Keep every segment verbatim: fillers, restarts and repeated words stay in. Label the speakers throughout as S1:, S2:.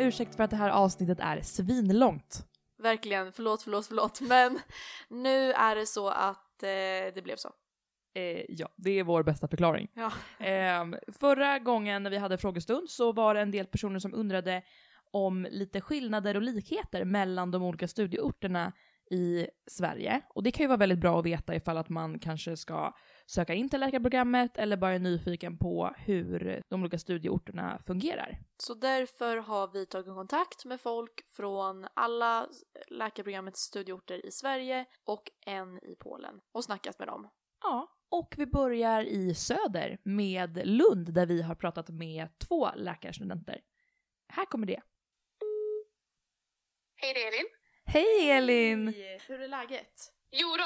S1: ursäkt för att det här avsnittet är svinlångt.
S2: Verkligen, förlåt, förlåt, förlåt. Men nu är det så att eh, det blev så.
S1: Eh, ja, det är vår bästa förklaring.
S2: Ja.
S1: Eh, förra gången när vi hade frågestund så var det en del personer som undrade om lite skillnader och likheter mellan de olika studieorterna i Sverige. Och det kan ju vara väldigt bra att veta ifall att man kanske ska söka in till läkarprogrammet eller bara är nyfiken på hur de olika studieorterna fungerar.
S2: Så därför har vi tagit kontakt med folk från alla läkarprogrammets studieorter i Sverige och en i Polen och snackat med dem.
S1: Ja, och vi börjar i söder med Lund där vi har pratat med två läkarstudenter. Här kommer det.
S3: Hej, det är Elin.
S1: Hej Elin!
S2: Hej. Hur är läget?
S3: Jo då,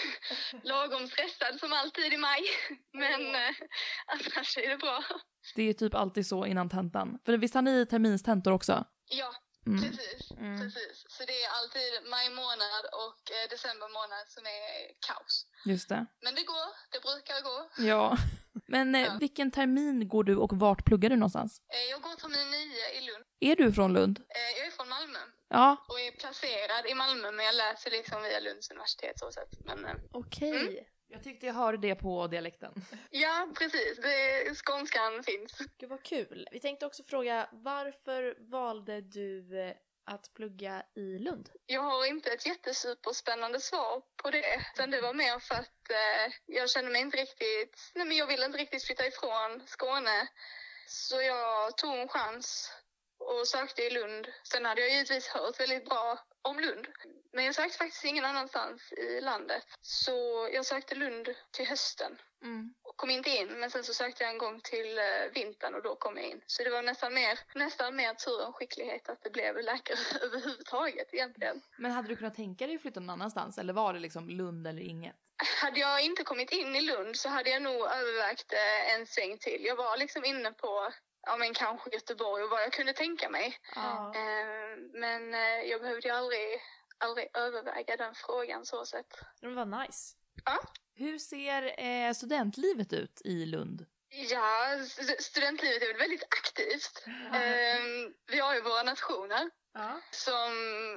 S3: lagom stressad som alltid i maj, men eh, annars är det bra.
S1: Det är typ alltid så innan tentan. För visst har ni terminstentor också?
S3: Ja,
S1: Mm.
S3: precis,
S1: Mm.
S3: precis. Så det är alltid maj månad och eh, december månad som är kaos.
S1: Just det.
S3: Men det går, det brukar gå.
S1: Ja. Men eh,
S3: Ja.
S1: vilken termin går du och vart pluggar du någonstans?
S3: Eh, jag går termin nio i Lund.
S1: Är du från Lund?
S3: Eh, jag är från Malmö
S1: Ja.
S3: och är placerad i Malmö, men jag läser liksom via Lunds universitet så sätt. Men, eh,
S2: Okej.
S3: Mm.
S1: Jag tyckte jag hörde det på dialekten.
S3: ja, precis. Det, skånskan finns.
S2: Gud vad kul. Vi tänkte också fråga, varför valde du eh, att plugga i Lund?
S3: Jag har inte ett jättesuperspännande svar på det. Utan det var mer för att eh, jag kände mig inte riktigt... Nej, men jag ville inte riktigt flytta ifrån Skåne. Så jag tog en chans och sökte i Lund. Sen hade jag givetvis hört väldigt bra om Lund. Men jag sökte faktiskt ingen annanstans i landet. Så jag sökte Lund till hösten.
S1: Mm.
S3: Och kom inte in, men sen så sökte jag en gång till eh, vintern och då kom jag in. Så det var nästan mer, nästan mer tur och skicklighet att det blev läkare överhuvudtaget egentligen.
S1: Men hade du kunnat tänka dig att flytta någon annanstans? Eller var det liksom Lund eller inget?
S3: Hade jag inte kommit in i Lund så hade jag nog övervägt eh, en sväng till. Jag var liksom inne på, ja men kanske Göteborg och vad jag kunde tänka mig.
S2: Ja.
S3: Eh, men eh, jag behövde ju aldrig, aldrig överväga den frågan så sett.
S2: Det var nice.
S3: Ja.
S1: Hur ser eh, studentlivet ut i Lund?
S3: Ja, st- studentlivet är väl väldigt aktivt. Eh, vi har ju våra nationer
S2: Ja.
S3: som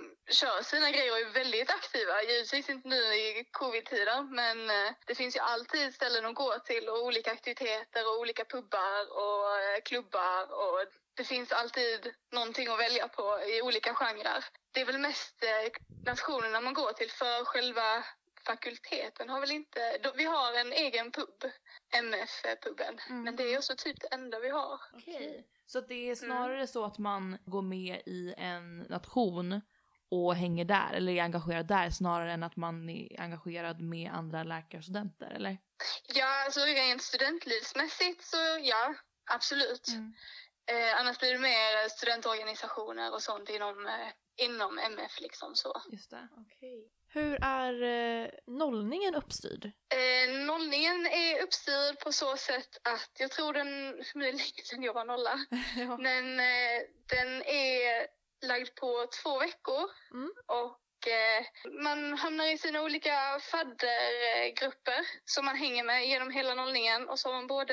S3: kör sina grejer och är väldigt aktiva. Givetvis inte nu i covid-tider, men eh, det finns ju alltid ställen att gå till och olika aktiviteter och olika pubbar och eh, klubbar och det finns alltid någonting att välja på i olika genrer. Det är väl mest eh, nationerna man går till, för själva fakulteten har väl inte... Då, vi har en egen pub, M F-puben,
S1: Mm.
S3: men det är också typ det enda vi har.
S1: Okej. Så att det är snarare så att man går med i en nation och hänger där, eller är engagerad där, snarare än att man är engagerad med andra läkarstudenter, eller?
S3: Ja, alltså rent studentlivsmässigt så ja, absolut.
S1: Mm.
S3: Eh, annars blir det mer studentorganisationer och sånt inom, eh, inom M F liksom så.
S1: Just det.
S2: Okej. Hur är eh, nollningen uppstyrd?
S3: Eh, nollningen är uppstyrd på så sätt att jag tror den, nu är det länge sedan jag var nolla,
S2: Ja.
S3: men eh, den är lagd på två veckor
S2: Mm.
S3: och eh, man hamnar i sina olika faddergrupper som man hänger med genom hela nollningen och så har man både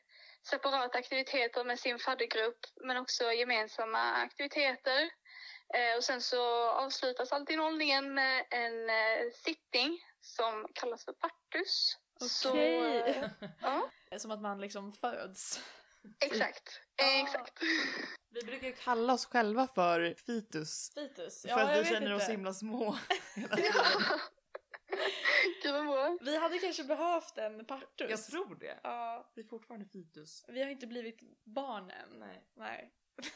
S3: separata aktiviteter med sin faddergrupp men också gemensamma aktiviteter. Eh, och sen så avslutas alltid nollningen med en eh, sittning som kallas för partus. Så,
S2: Okej.
S3: eh, ja,
S2: Som att man liksom föds.
S3: exakt.
S2: Ah.
S3: Eh, exakt.
S1: Vi brukar ju kalla oss själva för fitus.
S2: Fitus.
S1: För att vi känner oss himla små.
S3: Ja. Gud vad bra.
S2: Vi hade kanske behövt en partus.
S1: Jag tror det.
S2: Ja,
S1: Vi är fortfarande fitus.
S2: vi har inte blivit barn än.
S1: Nej.
S2: Nej.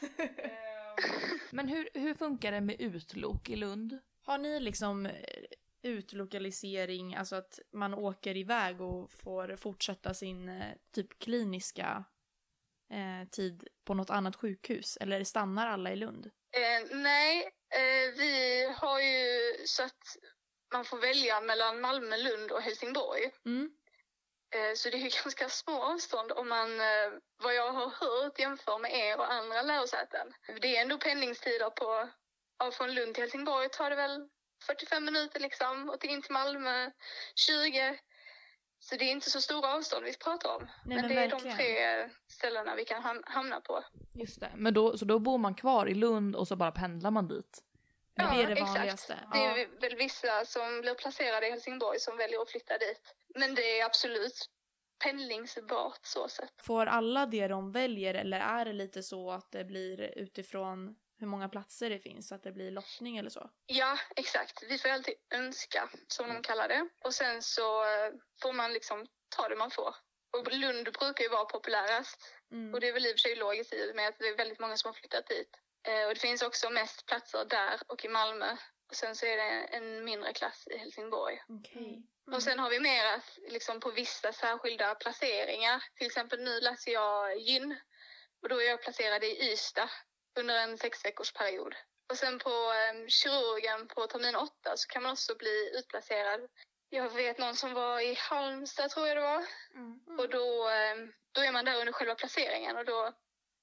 S1: Men hur, hur funkar det med utlok i Lund?
S2: Har ni liksom eh, utlokalisering, alltså att man åker iväg och får fortsätta sin eh, typ kliniska eh, tid på något annat sjukhus? Eller stannar alla i Lund?
S3: Eh, nej, eh, vi har ju så att man får välja mellan Malmö, Lund och Helsingborg.
S2: Mm.
S3: Eh, så det är ju ganska små avstånd om man, eh, vad jag har hört, jämför med er och andra lärosäten. Det är ändå pendlingstider på, ja, från Lund till Helsingborg tar det väl fyrtiofem minuter liksom och till in till Malmö tjugo. Så det är inte så stora avstånd vi pratar om.
S2: Nej,
S3: men,
S2: men
S3: det är
S2: verkligen.
S3: de tre ställena vi kan ham- hamna på.
S1: Just det. Men då, så då bor man kvar i Lund och så bara pendlar man dit?
S2: Men det är det
S3: exakt.
S2: vanligaste.
S3: Det är
S2: Ja.
S3: väl vissa som blir placerade i Helsingborg som väljer att flytta dit. Men det är absolut pendlingsbart så sett.
S2: Får alla det de väljer eller är det lite så att det blir utifrån hur många platser det finns, att det blir lottning eller så?
S3: Ja, exakt. Vi får alltid önska, som de kallar det. Och sen så eh, får man liksom ta det man får. Och Lund brukar ju vara populärast.
S2: Mm.
S3: Och det är väl i och för sig logiskt i och med att det är väldigt många som har flyttat dit. Eh, och det finns också mest platser där och i Malmö. Och sen så är det en mindre klass i Helsingborg.
S2: Okej. Mm.
S3: Och sen har vi mer att liksom på vissa särskilda placeringar. Till exempel nu läser jag gyn. Och då är jag placerad i Ystad under en sex veckors period. Och sen på eh, kirurgen på termin åtta så kan man också bli utplacerad. Jag vet någon som var i Halmstad tror jag det var.
S2: Mm.
S3: Och då, eh, då är man där under själva placeringen. Och då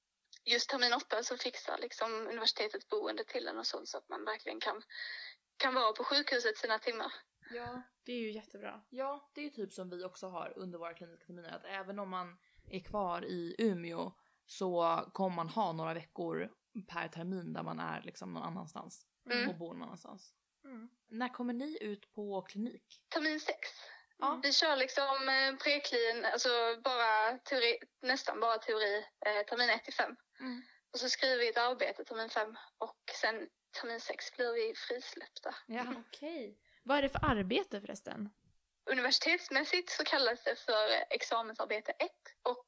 S3: just termin åtta så fixar liksom universitetet boende till en och sånt så att man verkligen kan, kan vara på sjukhuset sina timmar.
S1: Ja.
S2: Det är ju jättebra.
S1: Ja, det är typ som vi också har under våra kliniska terminer. Att även om man är kvar i Umeå så kommer man ha några veckor per termin där man är liksom någon annanstans.
S3: Mm.
S1: Och bor någon annanstans.
S2: Mm.
S1: När kommer ni ut på klinik?
S3: Termin sex.
S1: Ja.
S3: Vi kör liksom eh, preklin, alltså bara teori, nästan bara teori, eh, termin ett till fem.
S1: Mm.
S3: Och så skriver vi ett arbete termin fem och sen termin sex blir vi frisläppta.
S1: Ja.
S2: Okej. Vad är det för arbete förresten?
S3: Universitetsmässigt så kallas det för examensarbete ett och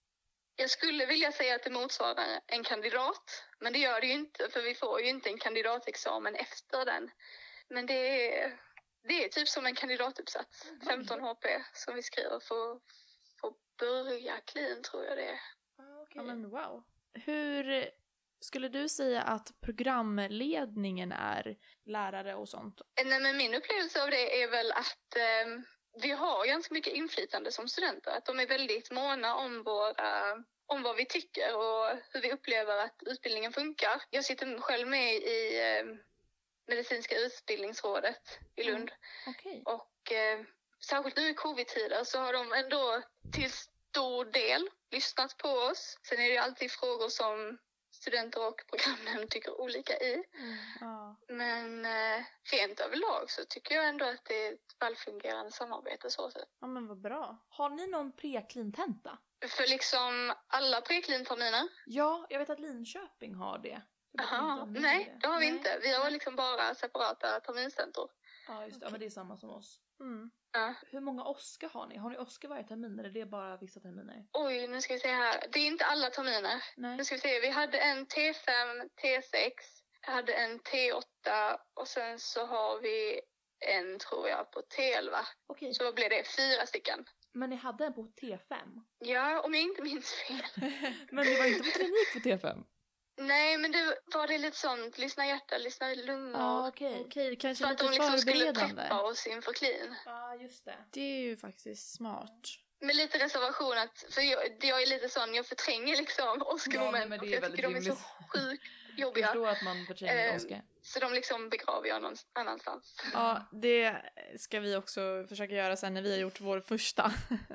S3: jag skulle vilja säga att det motsvarar en kandidat, men det gör det ju inte för vi får ju inte en kandidatexamen efter den. Men det är, det är typ som en kandidatuppsats, femton H P som vi skriver för, för att börja klin tror jag det är.
S1: Ah, okay.
S2: Ja, men wow. Hur skulle du säga att programledningen är, lärare och sånt?
S3: Nej, men min upplevelse av det är väl att eh, vi har ganska mycket inflytande som studenter. Att de är väldigt måna om, våra, om vad vi tycker och hur vi upplever att utbildningen funkar. Jag sitter själv med i eh, medicinska utbildningsrådet i Lund.
S2: Mm. Okej.
S3: Och eh, särskilt nu i covid-tider så har de ändå till stor del lyssnat på oss. Sen är det ju alltid frågor som studenter och programmen tycker olika i.
S2: Mm. Ja.
S3: Men eh, rent överlag så tycker jag ändå att det är ett välfungerande samarbete så sätt.
S2: Ja, men vad bra.
S1: Har ni någon preklintenta?
S3: För liksom alla preklinterminer.
S1: Ja, jag vet att Linköping har det. Jag vet inte
S3: Jaha,
S1: om ni
S3: nej
S1: har
S3: det har vi
S1: Nej.
S3: inte. Vi har liksom bara separata terminstentor.
S1: Ja, just det. Ja,
S2: Okej.
S1: men det är samma som oss.
S2: Mm.
S3: Ja.
S1: Hur många Oskar har ni? Har ni Oskar varje termin eller är det bara vissa terminer?
S3: Oj, nu ska vi se här. Det är inte alla terminer.
S1: Nej.
S3: Nu ska vi se. Vi hade en T fem, T sex, jag hade en T åtta och sen så har vi en tror jag på T elva.
S1: Okej,
S3: Så vad blev det? Fyra stycken.
S1: men ni hade en på T fem?
S3: Ja, om jag inte minns fel.
S1: Men det var inte på klinik på T fem?
S3: Nej, men det var det lite sånt. Lyssna hjärta, lyssna lungor.
S1: Ja, okej.
S2: Okej, kanske
S3: För att
S2: lite
S3: de liksom skulle
S2: förberedande.
S3: preppa oss inför clean.
S1: Ja, just det.
S2: Det är ju faktiskt smart.
S3: Med lite reservation att, för jag, jag är lite sån, jag förtränger liksom Oscar-moment.
S1: men det är
S3: och jag
S1: väldigt
S3: tycker de är så
S1: rimligt.
S3: sjukt
S1: Jag
S3: jobbiga.
S1: förstår att man förtränger
S3: Ehm,
S1: Oskar.
S3: Så de liksom begraver jag någon annanstans.
S2: Ja, det ska vi också försöka göra sen när vi har gjort vår första.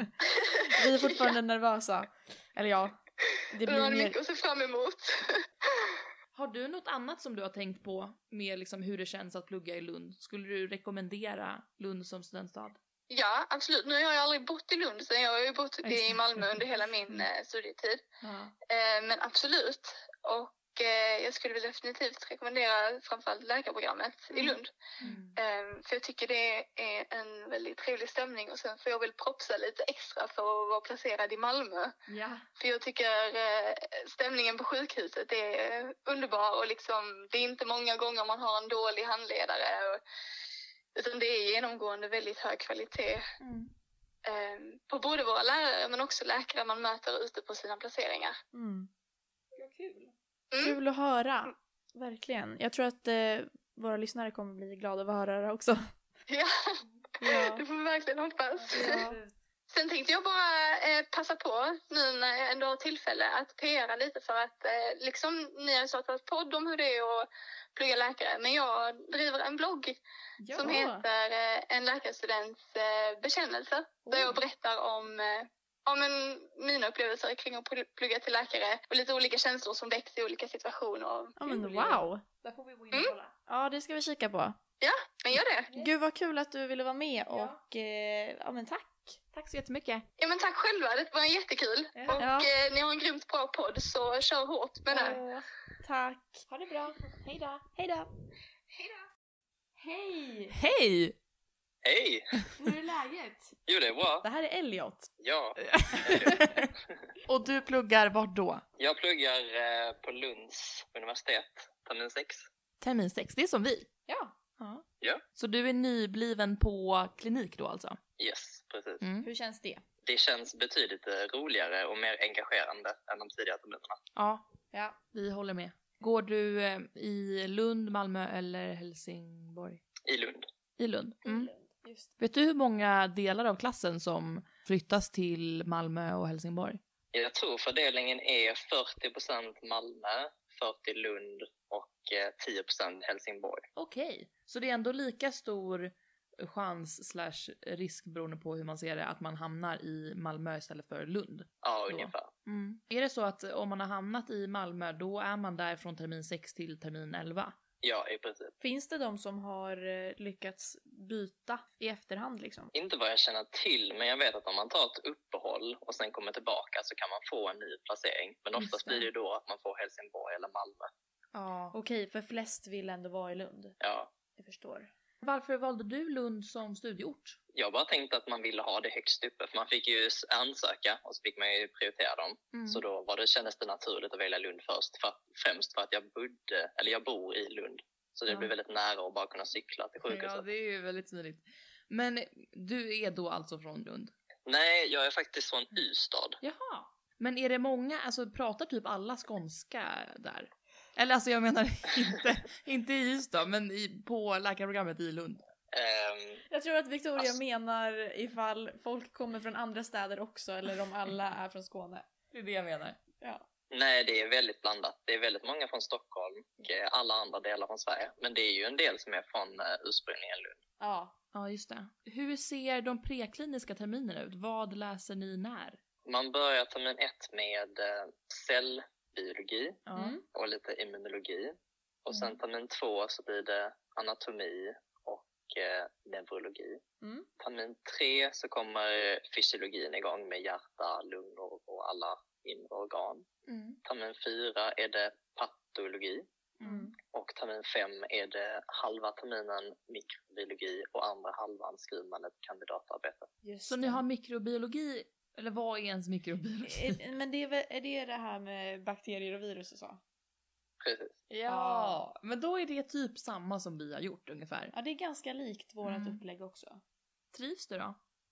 S2: Vi är fortfarande nervösa. Eller ja, det
S3: Det
S2: blir
S3: var
S2: mer...
S3: mycket att se fram emot.
S1: Har du något annat som du har tänkt på med liksom hur det känns att plugga i Lund? Skulle du rekommendera Lund som studentstad?
S3: Ja, absolut. Nu har jag aldrig bott i Lund, så jag har ju bott
S1: Ja, just
S3: i
S1: det.
S3: Malmö under hela min eh, studietid.
S1: Ja.
S3: Eh, men absolut. Och eh, jag skulle väl definitivt rekommendera framförallt läkarprogrammet i Lund.
S1: Mm.
S3: Eh, för jag tycker det är en väldigt trevlig stämning och sen får jag väl propsa lite extra för att vara placerad i Malmö.
S1: Ja.
S3: För jag tycker eh, stämningen på sjukhuset är underbar och liksom, det är inte många gånger man har en dålig handledare. Och, utan det är genomgående väldigt hög kvalitet.
S2: Mm.
S3: Eh, på både våra lärare men också läkare man möter ute på sina placeringar.
S2: Mm.
S1: Vad kul.
S3: Mm.
S2: Kul att höra. Verkligen. Jag tror att eh, våra lyssnare kommer bli glada av att höra det också.
S3: Ja,
S2: Ja.
S3: det får vi verkligen hoppas.
S2: Ja.
S3: Sen tänkte jag bara eh, passa på nu när jag ändå har tillfälle att P R lite för att eh, liksom ni har startat podd om hur det är att plugga läkare. Men jag driver en blogg
S2: Ja.
S3: som heter eh, En läkarstudents eh, bekännelse. Där jag berättar om, eh, om en, mina upplevelser kring att pl- plugga till läkare. Och lite olika känslor som väcks i olika situationer.
S2: Ja, men
S1: Kul.
S2: wow.
S1: Där får vi gå in
S3: Mm.
S1: och kolla.
S2: Ja, det ska vi kika på.
S3: Ja, men gör det.
S2: Gud vad kul att du ville vara med
S1: Ja.
S2: och eh, ja men tack.
S1: Tack så jättemycket.
S3: Ja, men tack själva. Det var jättekul.
S1: Ja.
S3: Och
S2: Ja.
S3: eh, ni har en grymt bra podd, så kör hårt med det.
S2: Åh, tack.
S1: Ha det bra. Hej då.
S2: Hej då.
S3: Hej då.
S1: Hej! Hej!
S4: Hej!
S1: Hur är läget?
S4: Jo, det är bra.
S2: Det här är Elliot.
S4: Ja,
S1: Och du pluggar vart då?
S4: jag pluggar eh, på Lunds universitet, termin sex.
S1: Termin sex, det är som vi.
S2: Ja.
S1: Ja.
S4: Ja.
S1: Så du är nybliven på klinik då alltså?
S4: Yes, precis.
S1: Mm.
S2: Hur känns det?
S4: Det känns betydligt eh, roligare och mer engagerande än de tidigare terminerna.
S1: Ja,
S2: Ja.
S1: vi håller med. Går du eh, i Lund, Malmö eller Helsingborg?
S4: I Lund.
S1: I Lund. Mm.
S2: Just.
S1: Vet du hur många delar av klassen som flyttas till Malmö och Helsingborg?
S4: Jag tror fördelningen är fyrtio procent Malmö, fyrtio Lund och eh, tio procent Helsingborg.
S1: Okej, så det är ändå lika stor chans slash risk beroende på hur man ser det att man hamnar i Malmö istället för Lund.
S4: Ja,
S1: Då.
S4: ungefär.
S1: Mm. Är det så att om man har hamnat i Malmö då är man där från termin sex till termin elva?
S4: Ja, i princip.
S2: Finns det de som har eh, lyckats byta i efterhand liksom?
S4: Inte vad jag känner till, men jag vet att om man tar ett uppehåll och sen kommer tillbaka så kan man få en ny placering. Men
S1: Just
S4: oftast
S1: det.
S4: blir det ju då att man får Helsingborg eller Malmö.
S1: Ja.
S2: Okej, för flest vill ändå vara i Lund.
S4: Ja.
S2: Jag förstår.
S1: Varför valde du Lund som studieort?
S4: Jag bara tänkte att man ville ha det högst uppe, för man fick ju ansöka och så fick man ju prioritera dem.
S1: Mm.
S4: Så då var det, kändes det naturligt att välja Lund först, för, främst för att jag bodde, eller jag bor i Lund. Så det
S1: Ja.
S4: blir väldigt nära att bara kunna cykla till sjukhuset.
S1: Ja, det är ju väldigt smidigt. Men du är då alltså från Lund?
S4: Nej, jag är faktiskt från Ystad.
S1: Jaha. Men är det många, alltså pratar typ alla skånska där? Eller alltså jag menar inte, inte i Ystad, men i, på läkarprogrammet i Lund.
S4: Ehm,
S2: Jag tror att Victoria
S4: Alltså-
S2: menar ifall folk kommer från andra städer också eller om alla är från Skåne.
S1: Det är det jag menar.
S2: Ja.
S4: nej, det är väldigt blandat. Det är väldigt många från Stockholm och eh, alla andra delar från Sverige. Men det är ju en del som är från eh, ursprungligen Lund.
S2: Ja.
S1: Ja, just det. Hur ser de prekliniska terminerna ut? Vad läser ni när?
S4: Man börjar termin ett med eh, cellbiologi
S1: Ja.
S2: Mm.
S4: och lite immunologi. Och sen
S1: Mm.
S4: termin två så blir det anatomi och eh, neurologi.
S2: Mm.
S4: Termin tre så kommer fysiologin igång med hjärta, lungor och alla inre organ.
S1: Mm.
S4: Termin fyra är det patologi.
S2: Mm.
S4: Och termin fem är det halva terminen mikrobiologi och andra halvan skriver man ett kandidatarbete.
S2: Just
S1: Så ni har mikrobiologi, eller vad är ens mikrobiologi?
S2: Är- Men det är, väl, är det det här med bakterier och virus och så?
S4: Precis.
S1: Ja, men då är det typ samma som vi har gjort ungefär.
S2: Ja, det är ganska likt vårat
S1: Mm.
S2: upplägg också.
S1: Trivs du då?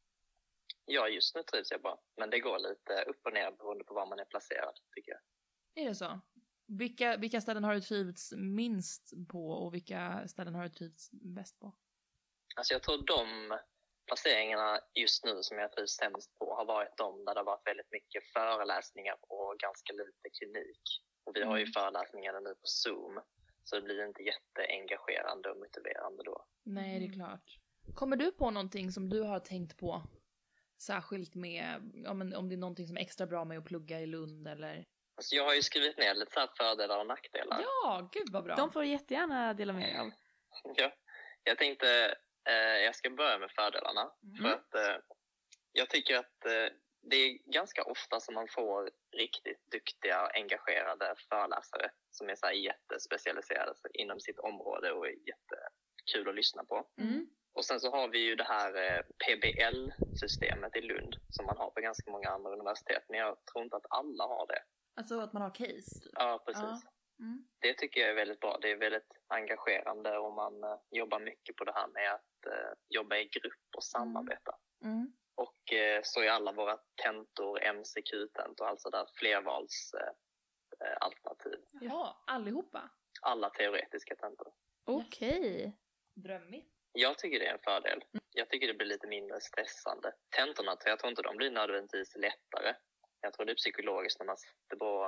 S4: Ja, just nu trivs jag bra. Men det går lite upp och ner beroende på var man är placerad, tycker jag.
S1: Är det så? Vilka, vilka ställen har du trivts minst på och vilka ställen har du trivts bäst på?
S4: Alltså jag tror de placeringarna just nu som jag trivs sämst på har varit de där det har varit väldigt mycket föreläsningar och ganska lite klinik. Och vi har ju
S1: Mm.
S4: föreläsningarna nu på Zoom, så det blir inte jätteengagerande och motiverande då.
S1: Nej, det är
S2: Mm.
S1: klart. Kommer du på någonting som du har tänkt på? Särskilt med, ja, men om det är någonting som är extra bra med att plugga i Lund eller?
S4: Alltså jag har ju skrivit ner lite så här fördelar och nackdelar.
S1: Ja, gud vad bra.
S2: De får jättegärna dela med er av.
S4: Ja, jag tänkte eh, jag ska börja med fördelarna.
S1: Mm.
S4: För att eh, jag tycker att eh, det är ganska ofta som man får riktigt duktiga och engagerade föreläsare som är så här jättespecialiserade inom sitt område och är jättekul att lyssna på.
S2: Mm.
S4: Och sen så har vi ju det här eh, P B L-systemet i Lund som man har på ganska många andra universitet, men jag tror inte att alla har det.
S1: Alltså att man har case. Typ.
S4: Ja, precis.
S1: Ja. Mm.
S4: Det tycker jag är väldigt bra. Det är väldigt engagerande och man eh, jobbar mycket på det här med att eh, jobba i grupp och samarbeta.
S1: Mm.
S4: Och eh, så är alla våra tentor, M C Q-tentor, alltså där flervalsalternativ. Eh, alternativ.
S1: Jaha, allihopa?
S4: Alla teoretiska tentor.
S2: Okej.
S1: Drömmigt.
S4: Jag tycker det är en fördel. Jag tycker det blir lite mindre stressande. Tentorna, jag tror inte de blir nödvändigtvis lättare. Jag tror det är psykologiskt när man sitter på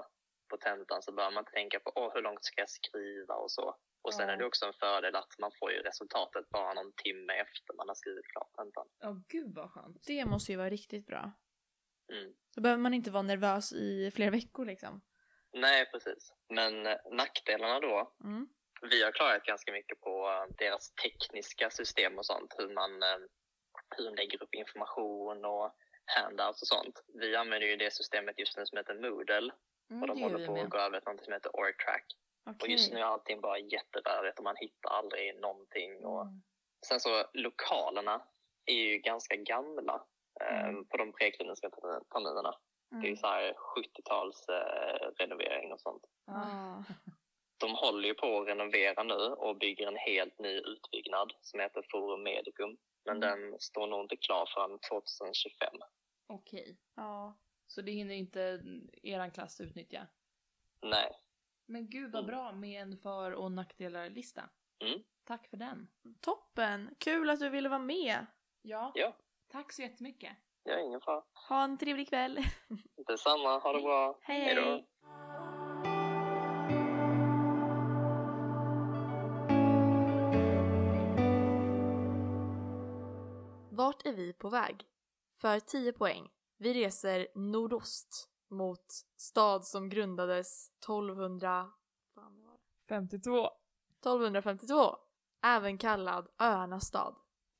S4: på tentan så bör man inte tänka på åh, hur långt ska jag skriva och så. Och sen
S1: Ja.
S4: är det också en fördel att man får ju resultatet bara någon timme efter man har skrivit klart tentan.
S1: Ja, oh, gud vad skönt.
S2: Det måste ju vara riktigt bra.
S4: Mm.
S2: Då behöver man inte vara nervös i flera veckor liksom.
S4: Nej, precis. Men eh, nackdelarna då,
S2: Mm.
S4: vi har klarat ganska mycket på eh, deras tekniska system och sånt. Hur man, eh, hur de lägger upp information och handouts och sånt. Vi använder ju det systemet just nu som heter Moodle.
S1: Mm,
S4: och de
S1: det gör
S4: håller
S1: vi
S4: på
S1: med.
S4: att gå över till något som heter OrgTrack.
S2: Okej.
S4: Och just nu är allting bara jätterörigt och man hittar aldrig någonting. Och...
S1: Mm.
S4: Sen så lokalerna är ju ganska gamla eh,
S1: Mm.
S4: på de prekliniska terminerna.
S1: Mm.
S4: Det är ju så här sjuttio-tals eh, renovering och sånt.
S2: Ah.
S4: De håller ju på att renovera nu och bygger en helt ny utbyggnad som heter Forum Medicum. Men
S1: Mm.
S4: den står nog inte klar förrän tjugohundratjugofem.
S1: Okej.
S2: Ja.
S1: Så det hinner inte eran klass utnyttja?
S4: Nej.
S1: Men gud vad
S4: Mm.
S1: bra med en för- och nackdelar-lista.
S4: Mm.
S1: Tack för den.
S2: Toppen! Kul att du ville vara med.
S1: Ja,
S4: Ja,
S1: tack så jättemycket.
S4: jag har ingen fara.
S2: Ha en trevlig kväll.
S4: Detsamma, ha det bra.
S2: Hej,
S4: Hej då.
S2: hej. Vart är vi på väg? För tio poäng. Vi reser nordost mot stad som grundades tolvhundra... Fan, vad var det?
S1: femtiotvå.
S2: tolvhundrafemtiotvå. Även kallad Öarnas stad.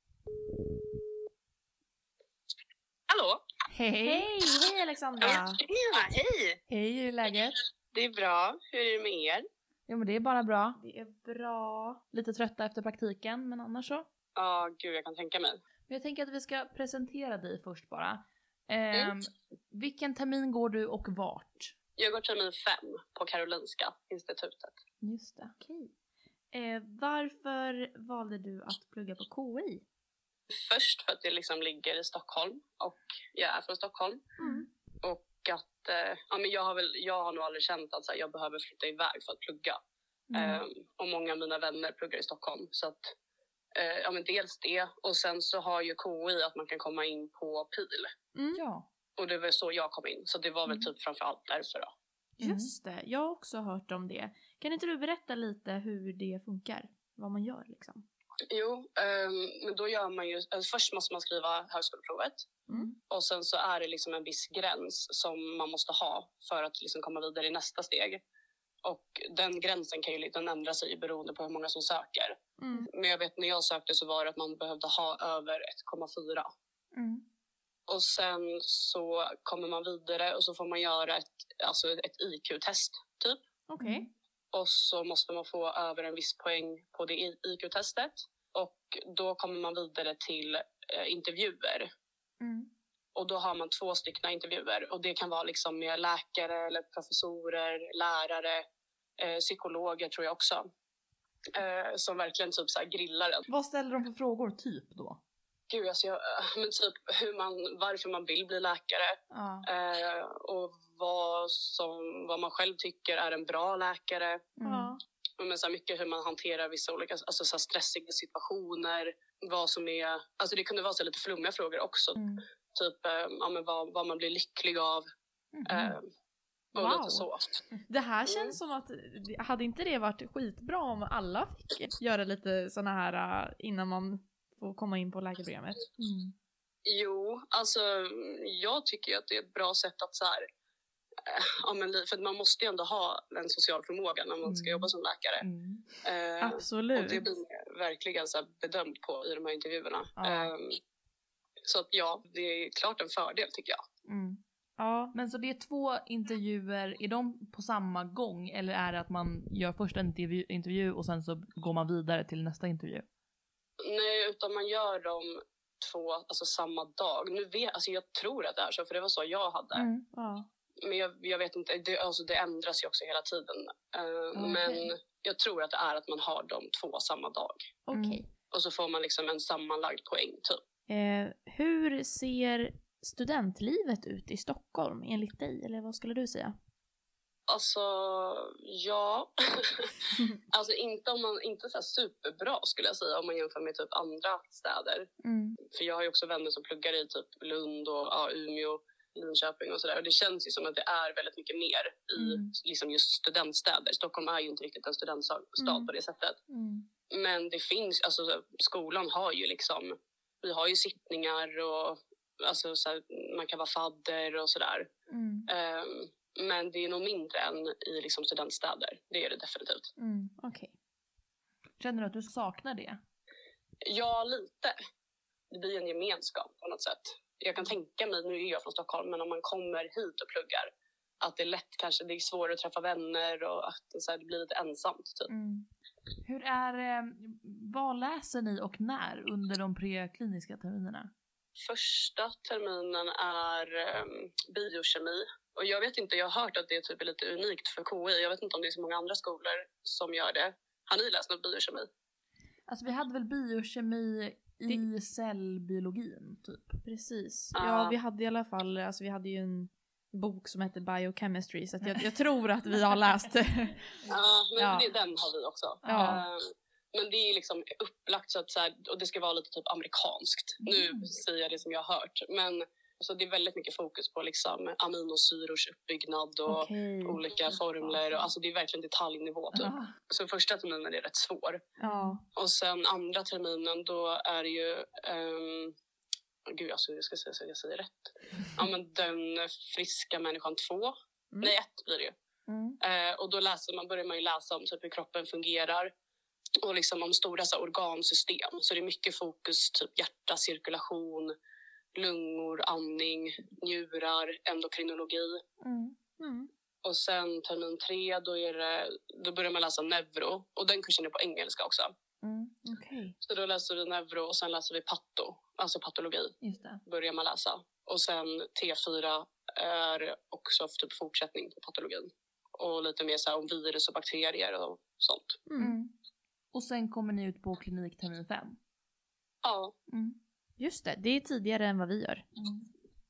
S5: Hallå?
S1: Hej!
S2: Hej! Hej Alexandra!
S5: Ja, hej!
S1: Hej, hur är läget?
S5: Det är bra. Hur är det med er?
S1: Jo men det är bara bra.
S2: Det är bra.
S1: Lite trötta efter praktiken, men annars så.
S5: Ja, gud, jag kan tänka mig.
S1: Men jag tänker att vi ska presentera dig först bara. Ehm, vilken termin går du och vart?
S5: Jag går termin fem på Karolinska institutet.
S1: Just det.
S2: Okej. Eh, varför valde du att plugga på K I?
S5: Först för att det liksom ligger i Stockholm och jag är från Stockholm.
S2: Mm.
S5: Och att eh, ja, men jag, har väl, jag har nog aldrig känt att så här, jag behöver flytta iväg för att plugga.
S1: Mm.
S5: Eh, och många av mina vänner pluggar i Stockholm. Så att, eh, ja, men dels det. Och sen så har ju K I att man kan komma in på PIL.
S2: Mm.
S1: Ja.
S5: Och det var så jag kom in. Så det var väl
S1: Mm.
S5: typ framför allt därför då.
S2: Just det, jag har också hört om det. Kan inte du berätta lite hur det funkar? Vad man gör liksom?
S5: Jo, um, men då gör man ju... Alltså först måste man skriva högskoleprovet.
S2: Mm.
S5: Och sen så är det liksom en viss gräns som man måste ha för att liksom komma vidare i nästa steg. Och den gränsen kan ju den ändra sig beroende på hur många som söker.
S2: Mm.
S5: Men jag vet när jag sökte så var det att man behövde ha över ett komma fyra.
S2: Mm.
S5: Och sen så kommer man vidare och så får man göra ett, alltså ett I Q-test typ.
S2: Okej.
S5: Och så måste man få över en viss poäng på det I Q-testet. Och då kommer man vidare till eh, intervjuer.
S2: Mm.
S5: Och då har man två stycken intervjuer. Och det kan vara liksom med läkare eller professorer, lärare, eh, psykologer tror jag också. Eh, som verkligen typ så här grillar en.
S1: Vad ställer de för frågor typ då?
S5: Gud, alltså jag, men typ hur man, varför man vill bli läkare.
S1: Ja.
S5: Eh, och vad, som, vad man själv tycker är en bra läkare.
S1: Mm.
S2: Ja.
S5: Men så här mycket hur man hanterar vissa olika alltså så här stressiga situationer. Vad som är, alltså det kunde vara så lite flummiga frågor också.
S1: Mm.
S5: Typ eh, ja, men vad, vad man blir lycklig av.
S1: Mhm.
S5: Eh, och
S2: Wow.
S5: lite så.
S2: Det här känns som att, hade inte det varit skitbra om alla fick göra lite såna här äh, innan man får komma in på läkarprogrammet?
S1: Mm.
S5: Jo, alltså jag tycker ju att det är ett bra sätt att så här, eh, ja, men, li- för man måste ju ändå ha en social förmåga när man ska
S1: Mm.
S5: jobba som läkare.
S1: Mm.
S5: Eh, och
S2: Absolut.
S5: det blir verkligen så här bedömt på i de här intervjuerna.
S1: Ja.
S5: Eh, så att ja, det är klart en fördel tycker jag.
S1: Mm.
S2: Ja.
S1: Men så det är två intervjuer, är de på samma gång eller är det att man gör först en intervju, intervju och sen så går man vidare till nästa intervju?
S5: Nej, utan man gör dem två, alltså samma dag. Nu vet, alltså jag tror att det är så, för det var så jag hade.
S1: Mm.
S2: Ja.
S5: Men jag, jag vet inte, det, alltså det ändras ju också hela tiden. Eh,
S1: Okej.
S5: Men jag tror att det är att man har de två samma dag.
S2: Okej.
S5: Och så får man liksom en sammanlagd poäng typ.
S2: Eh, hur ser studentlivet ut i Stockholm enligt dig? Eller vad skulle du säga?
S5: Alltså, ja. Alltså inte om man, inte så här superbra skulle jag säga om man jämför med typ andra städer.
S1: Mm.
S5: För jag har ju också vänner som pluggar i typ Lund och ja, Umeå. Linköping och sådär. Och det känns ju som att det är väldigt mycket mer i
S2: Mm.
S5: liksom just studentstäder. Stockholm är ju inte riktigt en studentstad
S2: Mm.
S5: på det sättet.
S2: Mm.
S5: Men det finns, alltså skolan har ju liksom, vi har ju sittningar och alltså så här, man kan vara fadder och sådär.
S2: Mm.
S5: Um, men det är nog mindre än i liksom studentstäder. Det är det definitivt.
S2: Mm. Okej.
S1: Känner du att du saknar det?
S5: Ja, lite. Det blir en gemenskap på något sätt. Jag kan tänka mig, nu är jag från Stockholm, men om man kommer hit och pluggar, att det är lätt kanske, det är svårare att träffa vänner och att det, så här, det blir lite ensamt typ.
S2: Mm.
S1: Hur är, eh, vad läser ni och när under de prekliniska terminerna?
S5: Första terminen är um, biokemi. Och jag vet inte, jag har hört att det typ är lite unikt för K I. Jag vet inte om det är så många andra skolor som gör det. Har ni läst något biokemi?
S1: Alltså vi hade väl biokemi i
S2: Det-
S1: cellbiologin typ.
S2: Precis.
S5: Ja.
S2: Ja, vi hade i alla fall, alltså vi hade ju en bok som heter Biochemistry, så att jag, jag tror att vi har läst det.
S5: Ja, men
S2: Ja.
S5: Det, den har vi också.
S2: Ja.
S5: Eh, Men det är liksom upplagt så att så här, och det ska vara lite typ amerikanskt. Nu
S1: Mm.
S5: säger jag det som jag har hört. Men så det är väldigt mycket fokus på liksom aminosyrors uppbyggnad och
S2: Okej.
S5: olika formler. Och, alltså det är verkligen detaljnivå typ.
S1: Ah,
S5: Så första terminen är rätt svår.
S2: Ja.
S5: Och sen andra terminen då är det ju... Um, gud, alltså jag ska säga så jag säger rätt. Ja, men den friska människan två.
S2: Mm.
S5: Nej, ett blir det ju.
S2: Mm.
S5: Eh, och då läser man, börjar man ju läsa om typ hur kroppen fungerar. Och liksom om stora så här, organsystem. Så det är mycket fokus typ hjärta, cirkulation, lungor, andning, njurar, endokrinologi.
S2: Mm. Mm.
S5: Och sen termin tre, då, är det, då börjar man läsa neuro. Och den kursen är på engelska också.
S2: Mm. Okej.
S5: Så då läser vi neuro och sen läser vi patto, alltså patologi,
S1: just det.
S5: börjar man läsa. Och sen T fyra är också typ fortsättning på patologin. Och lite mer så här om virus och bakterier och sånt.
S2: Mm.
S1: Mm. Och sen kommer ni ut på klinik termin fem.
S5: Ja,
S1: Mm.
S2: Just det, det är tidigare än vad vi gör.
S1: Mm.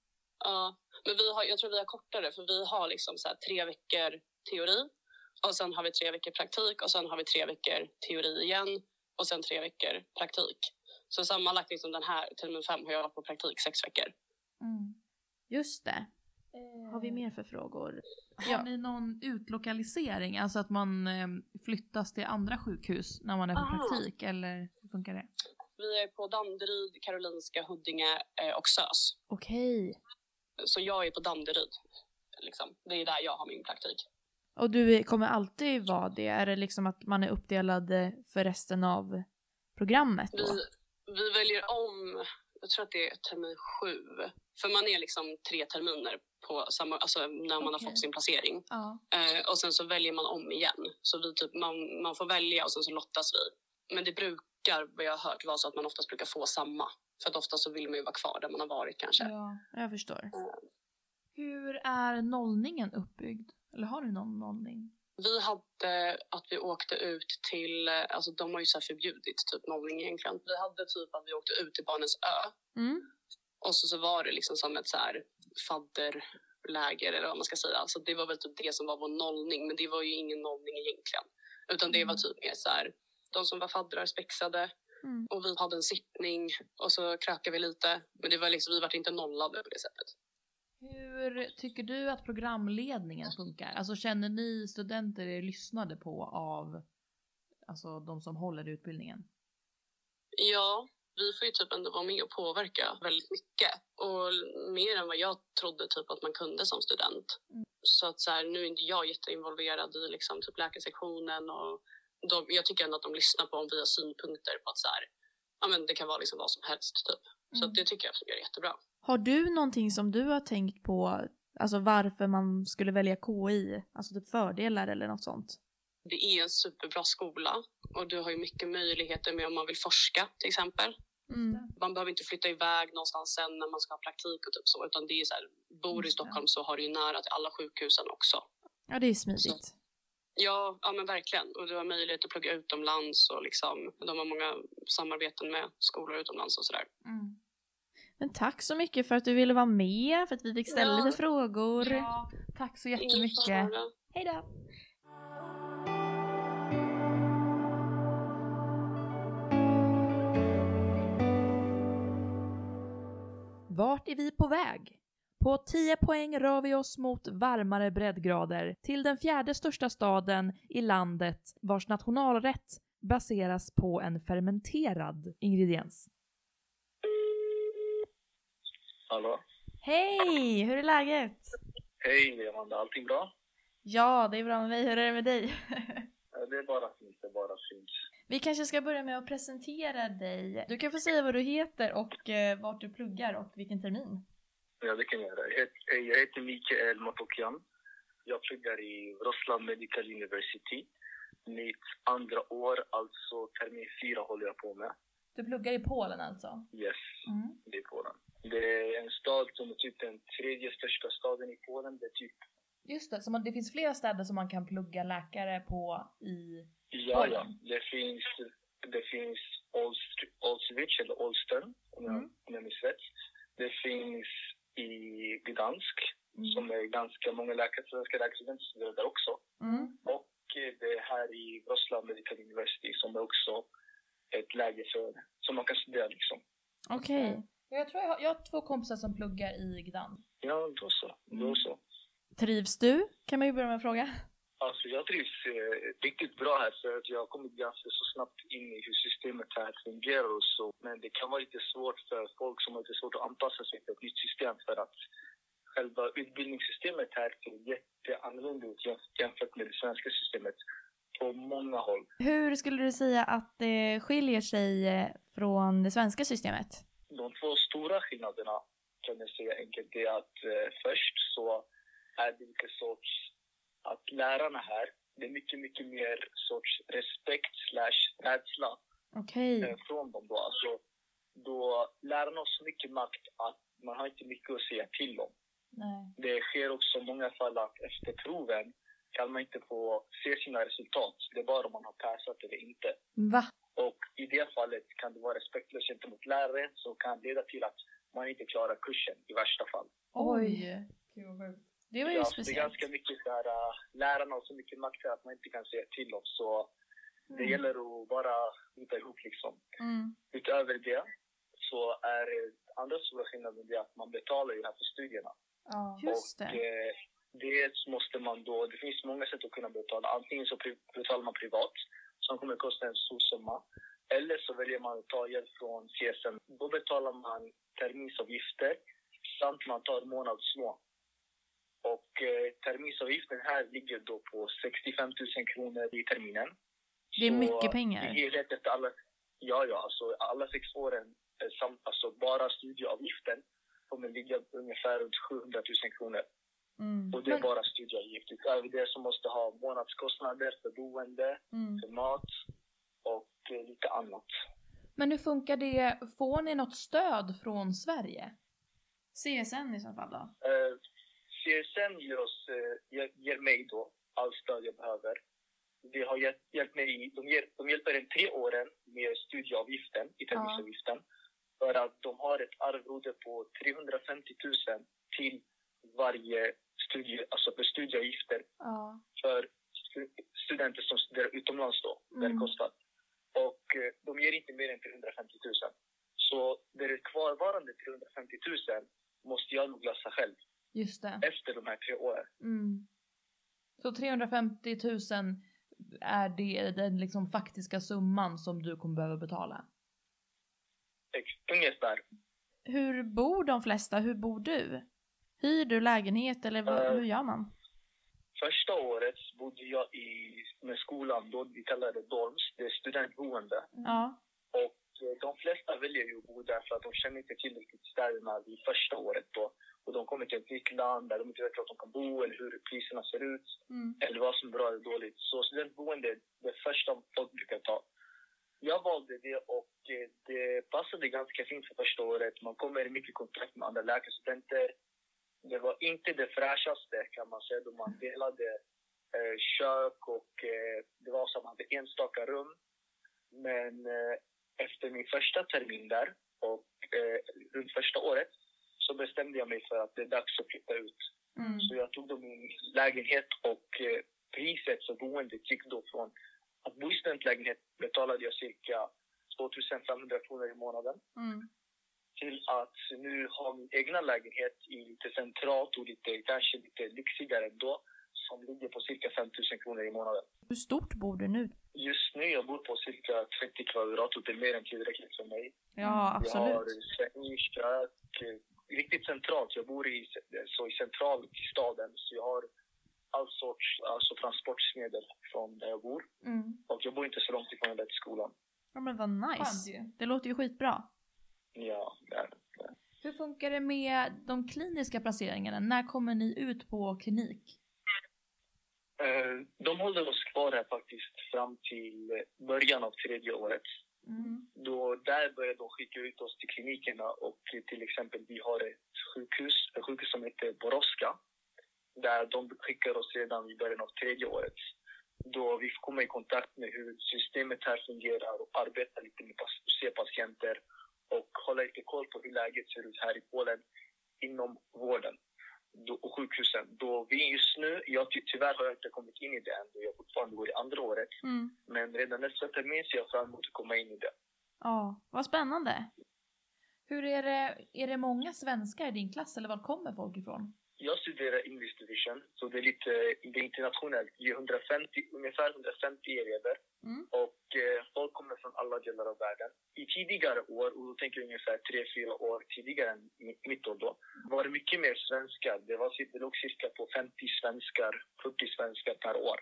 S5: ja. Men vi har, jag tror vi har kortare, för vi har liksom så här tre veckor teori. Och sen har vi tre veckor praktik och sen har vi tre veckor teori igen. Och sen tre veckor praktik. Så sammanlagt liksom den här termin fem har jag varit på praktik sex veckor.
S1: Mm.
S2: Just det. Har vi mer för frågor?
S1: Har
S2: Ja.
S1: ni någon utlokalisering? Alltså att man eh, flyttas till andra sjukhus när man är på
S5: Ah.
S1: praktik? Eller hur funkar det?
S5: Vi är på Danderyd, Karolinska, Huddinge eh, och SÖS.
S2: Okej.
S5: Så jag är på Danderyd. Liksom. Det är där jag har min praktik.
S2: Och du kommer alltid vara det? Är det liksom att man är uppdelad eh, för resten av programmet då?
S5: Vi, vi väljer om, jag tror att det är termin sju. För man är liksom tre terminer på samma, alltså när man
S1: Okej.
S5: har fått sin placering.
S1: Ja.
S5: Eh, och sen så väljer man om igen. Så vi typ, man, man får välja och sen så lottas vi. Men det brukar, vad jag har hört, vara så att man oftast brukar få samma. För att ofta så vill man ju vara kvar där man har varit kanske.
S1: Ja.
S2: Jag förstår.
S1: Hur är nollningen uppbyggd? Eller har ni någon nollning?
S5: Vi hade att vi åkte ut till, eh, alltså de har ju så här förbjudit typ nollning egentligen. Vi hade typ att vi åkte ut till Barnens ö.
S2: Mm.
S5: Och så, så var det liksom som ett så här fadderläger eller vad man ska säga. Så det var väl typ det som var vår nollning. Men det var ju ingen nollning egentligen. Utan det var typ mer så här, de som var faddrar spexade.
S2: Mm.
S5: Och vi hade en sittning och så krökade vi lite. Men det var liksom, vi var inte nollade på det sättet.
S1: Hur tycker du att programledningen funkar? Alltså känner ni studenter er lyssnade på av alltså, de som håller i utbildningen?
S5: Ja, vi får ju typ ändå vara med och påverka väldigt mycket. Och mer än vad jag trodde typ att man kunde som student.
S1: Mm.
S5: Så att så här, nu är inte jag jätteinvolverad i liksom typ läkarsektionen. Och de, jag tycker ändå att de lyssnar på om vi har synpunkter på att så här, ja, men det kan vara liksom vad som helst typ. Så
S1: Mm.
S5: att det tycker jag fungerar jättebra.
S2: Har du någonting som du har tänkt på, alltså varför man skulle välja K I? Alltså typ fördelar eller något sånt?
S5: Det är en superbra skola och du har ju mycket möjligheter med om man vill forska till exempel.
S2: Mm.
S5: Man behöver inte flytta iväg någonstans sen när man ska ha praktik och typ så, utan det är så här, bor du i
S1: Just det.
S5: Stockholm så har du ju nära till alla sjukhusen också.
S2: Ja, det är smidigt.
S5: Ja, ja men verkligen. Och du har möjlighet att plugga utomlands och liksom, de har många samarbeten med skolor utomlands och sådär.
S1: Mm.
S2: Men tack så mycket för att du ville vara med, för att vi fick ställa
S5: Ja.
S2: lite frågor.
S1: Ja, tack så
S5: Ingen
S1: jättemycket.
S5: fara.
S2: Hej då!
S1: Vart är vi på väg? På tio poäng rör vi oss mot varmare breddgrader till den fjärde största staden i landet vars nationalrätt baseras på en fermenterad ingrediens.
S6: Hallå?
S2: Hej! Hur är läget?
S6: Hej Amanda, allting bra?
S2: Ja, det är bra med mig. Hur är det med dig?
S6: Ja, det är bara fint, det är bara fint.
S2: Vi kanske ska börja med att presentera dig. Du kan få säga vad du heter och eh, vart du pluggar och vilken termin.
S6: Ja, det kan jag göra. Jag heter, jag heter Mikael Matokyan. Jag pluggar i Wrocław Medical University. Mitt andra år, alltså termin fyra, håller jag på med.
S1: Du pluggar i Polen alltså?
S6: Yes,
S1: Mm.
S6: det är Polen. Det är en stad som är typ den tredje största staden i Polen. Det är typ...
S1: Just det, så man, det finns flera städer som man kan plugga läkare på i
S6: Ja,
S1: Polen.
S6: ja. Det finns, det finns Olszewicz eller Olstern, om jag,
S1: Mm.
S6: om jag minns rätt. Det finns i Gdansk,
S1: Mm.
S6: som är ganska många läkare, svenska läkarstudenter studerar där också.
S1: Mm.
S6: Och det är här i Wrocław Medical University som är också ett läge för, som man kan studera liksom.
S2: Okej. Okay.
S1: Jag tror jag har, jag har två kompisar som pluggar i Gdansk.
S6: Ja, då så. Då
S1: Mm.
S6: så.
S2: Trivs du? Kan man ju börja med att fråga.
S6: Alltså jag trivs eh, riktigt bra här för att jag har kommit ganska så snabbt in i hur systemet här fungerar och så. Men det kan vara lite svårt för folk som har lite svårt att anpassa sig till ett nytt system för att själva utbildningssystemet här ser jätteannorlunda ut jämfört med det svenska systemet på många håll.
S2: Hur skulle du säga att det skiljer sig eh, från det svenska systemet?
S6: De två stora skillnaderna kan jag säga enkelt är att eh, först så är det lite sorts att lärarna här, det är mycket, mycket mer sorts respekt slash rädsla
S2: Okej.
S6: eh, från dem då. Alltså, då lärarna har så mycket makt att man har inte mycket att säga till om.
S1: Nej.
S6: Det sker också i många fall att efter proven kan man inte få se sina resultat. Det är bara om man har passat eller inte.
S2: Va?
S6: Och i det fallet kan det vara respektlöst gentemot lärare som kan leda till att man inte klarar kursen i värsta fall.
S2: Oj. Det var ju
S6: Ja,
S2: speciellt.
S6: det är ganska mycket så här, uh, lärarna har så mycket makt att man inte kan säga till dem. Så
S2: Mm.
S6: det gäller att bara bita ihop liksom.
S2: Mm.
S6: Utöver det så är det andra stora skillnaden det att man betalar ju här för studierna.
S1: Ja.
S2: Just
S6: Och
S2: det.
S6: eh, det måste man då, det finns många sätt att kunna betala. Antingen så pri- betalar man privat som kommer att kosta en stor summa. Eller så väljer man att ta hjälp från C S N. Då betalar man terminsavgifter samt man tar månadslån. Och eh, terminsavgiften här ligger då på sextiofem tusen kronor i terminen.
S2: Det är
S6: Så
S2: mycket pengar.
S6: i helhet efter alla, ja, ja, alltså alla sex åren, eh, sam, alltså bara studieavgiften kommer ligga ungefär runt sjuhundratusen kronor.
S2: Mm.
S6: Och det är bara studieavgift. Utöver det så måste ha månadskostnader för boende,
S2: Mm.
S6: för mat och eh, lite annat.
S1: Men hur funkar det? Får ni något stöd från Sverige?
S2: C S N i så fall då?
S6: Eh, C S N ger, oss, eh, ger, ger mig då all stöd jag behöver. Det har hjälpt, hjälpt mig, de, ger, de hjälper en tre åren med studieavgiften, i terminsavgiften. För att de har ett arvode på trehundrafemtio tusen till varje studie, alltså för studieavgifter
S1: Ja.
S6: för stu- studenter som studerar utomlands då, där
S1: Mm.
S6: det kostar. Och eh, de ger inte mer än trehundrafemtio tusen. Så det kvarvarande trehundrafemtio tusen måste jag nog lösa själv
S1: Just det.
S6: efter de här tre åren.
S1: Mm. Så trehundrafemtio tusen är det den liksom faktiska summan som du kommer behöva betala?
S6: Ex- Ungefär.
S2: Hur bor de flesta? Hur bor du? Hyr du lägenhet eller vad,
S6: Eh.
S2: hur gör man?
S6: Första året bodde jag i, med skolan, då vi kallar det dorms, det är studentboende.
S2: Ja.
S6: Och eh, de flesta väljer ju att bo där för att de känner inte tillräckligt städerna vid första året då. Och de kommer till ett nytt land där de inte vet vart de kan bo eller hur priserna ser ut.
S2: Mm.
S6: Eller vad som är bra eller dåligt. Så studentboende är det första folk brukar ta. Jag valde det och eh, det passade ganska fint för första året. Man kommer i mycket kontakt med andra läkarstudenter. Det var inte det fräschaste kan man säga då man delade eh, kök och eh, det var som att man hade enstaka rum. Men eh, efter min första termin där och eh, runt första året så bestämde jag mig för att det är dags att flytta ut.
S2: Mm.
S6: Så jag tog då min lägenhet och eh, priset för boendet gick då från att bo i studentlägenhet betalade jag cirka tvåtusen femhundra kronor i månaden.
S2: Mm.
S6: till att nu ha min egna lägenhet i lite centralt och lite, kanske lite lyxigare ändå, som ligger på cirka fem tusen kronor i månaden.
S2: Hur stort bor du nu?
S6: Just nu jag bor på cirka trettio kvadrat och det är mer än tillräckligt för mig.
S2: Ja, absolut.
S6: Jag har säng, kök, riktigt centralt. Jag bor i, så i central i staden, så jag har all sorts alltså transportmedel från där jag bor.
S2: Mm.
S6: Och jag bor inte så långt ifrån den där skolan.
S2: Ja, men vad nice. Det låter ju skitbra.
S6: Ja, det är det.
S1: Hur funkar det med de kliniska placeringarna? När kommer ni ut på klinik?
S6: De håller oss kvar här faktiskt fram till början av tredje året.
S2: Mm.
S6: Då där börjar de skicka ut oss till klinikerna och till exempel vi har ett sjukhus, ett sjukhus som heter Boråska. Där de skickar oss redan i början av tredje året. Då vi får komma i kontakt med hur systemet här fungerar och arbeta lite med att se patienter och hålla lite koll på hur läget ser ut här i Polen inom vården då, och sjukhusen. Då vi just nu, jag ty- tyvärr har jag inte kommit in i det än, då jag fortfarande går i andra året.
S2: Mm.
S6: Men redan nästa termin ser jag fram emot att komma in i det.
S2: Ja, vad spännande.
S1: Hur är det, är det många svenskar i din klass eller var kommer folk ifrån?
S6: Jag studerar English division, så det är lite det är internationellt. Det är hundrafemtio, ungefär hundrafemtio elever.
S2: Mm.
S6: Och eh, folk kommer från alla delar av världen. I tidigare år, och då tänker jag ungefär tre, fyra år tidigare än mitt år då, var det mycket mer svenskar. Det, var, det låg cirka på femtio svenskar, fyrtio svenskar per år.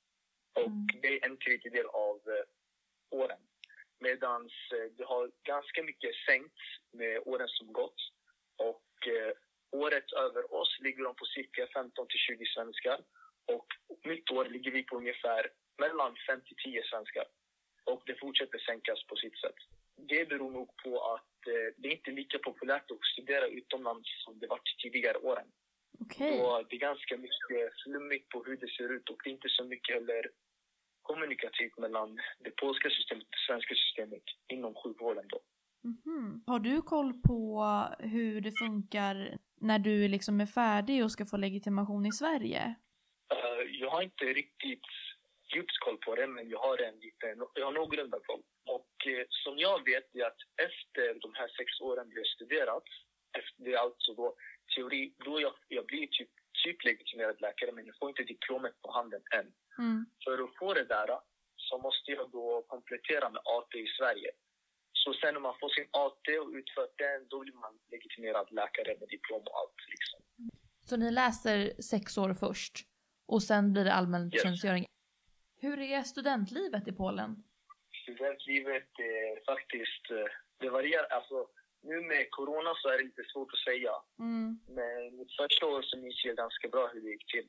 S6: Och
S2: Mm.
S6: det är en tredjedel av eh, åren. Medan eh, det har ganska mycket sänkts med åren som gått. Och eh, året över oss ligger de på cirka femton till tjugo svenskar. Och mitt år ligger vi på ungefär mellan fem till tio svenskar. Och det fortsätter sänkas på sitt sätt. Det beror nog på att eh, det är inte lika populärt att studera utomlands som det varit tidigare åren.
S2: Okej.
S6: Och det är ganska mycket flummigt på hur det ser ut och det är inte så mycket heller kommunikativt mellan det polska systemet och det svenska systemet inom sjukvården då.
S2: Mhm. Har du koll på hur det funkar när du liksom är färdig och ska få legitimation i Sverige?
S6: Uh, jag har inte riktigt djupt koll på det, men jag har en liten, jag har någorlunda koll. Och uh, som jag vet är att efter de här sex åren vi har studerat, efter det är alltså då teori, då jag, jag blir typ, typ legitimerad läkare, men jag får inte diplomet på handen än.
S2: Mm.
S6: För att få det där så måste jag då komplettera med A T i Sverige. Så sen när man får sin A T och utfört den, då blir man legitimerad läkare med diplom och allt liksom.
S1: Så ni läser sex år först och sen blir det allmän
S6: Yes.
S1: tjänstgöring. Hur är studentlivet i Polen?
S6: Studentlivet är faktiskt, eh, det varierar. Alltså, nu med corona så är det lite svårt att säga.
S2: Mm.
S6: Men mitt första år så minns jag ganska bra hur det gick till.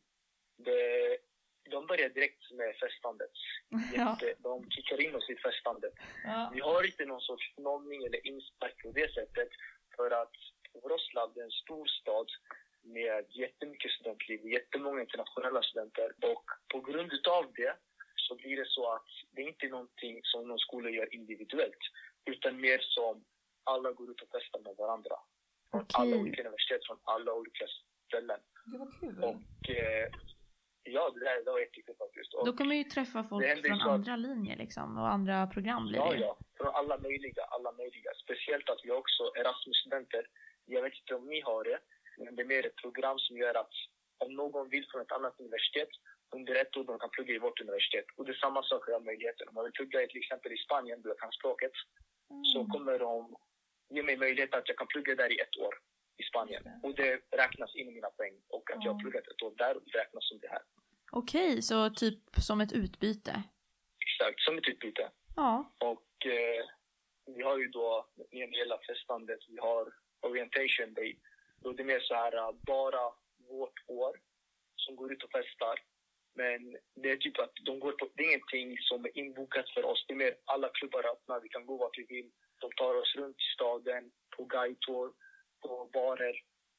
S6: Det, de började direkt med festandet.
S2: Ja.
S6: Jätte, de kickar in oss i festandet.
S2: Ja.
S6: Vi har inte någon sorts nollning eller inspark på det sättet. För att Wrocław är en stor stad med jättemycket studentliv, jättemånga internationella studenter. Och på grund utav det så blir det så att det är inte någonting som någon skola gör individuellt. Utan mer som alla går ut och festar med varandra. Från
S2: Okej.
S6: alla olika universitet, från alla olika ställen.
S1: Det var kul.
S6: Och eh, ja, det där det var jättekul faktiskt. Och,
S2: Då kommer man ju träffa folk
S6: Det händer ju
S2: från
S6: så att-
S2: andra linjer liksom och andra program blir
S6: ja,
S2: det.
S6: ja, från alla möjliga, alla möjliga. Speciellt att vi har också Erasmus-studenter. Jag vet inte om ni har det, men det är mer ett program som gör att om någon vill från ett annat universitet, under ett år de kan plugga i vårt universitet. Och det är samma sak med möjligheter. Om man vill plugga till exempel i Spanien, då jag kan språket,
S2: Mm.
S6: så kommer de ge mig möjlighet att jag kan plugga där i ett år i Spanien. Och det räknas in i mina poäng. Och att jag har pluggat ett år där och det räknas som det här.
S2: Okej, så typ som ett utbyte.
S6: Exakt, som ett utbyte.
S2: Ja.
S6: Och eh, vi har ju då, när det gäller festandet, vi har orientation day. Då det är mer så här, uh, bara vårt år som går ut och festar. Men det är typ att de går på, det är ingenting som är inbokat för oss. Det är mer alla klubbar öppna, vi kan gå vart vi vill. De tar oss runt i staden, på guidetour, på barer.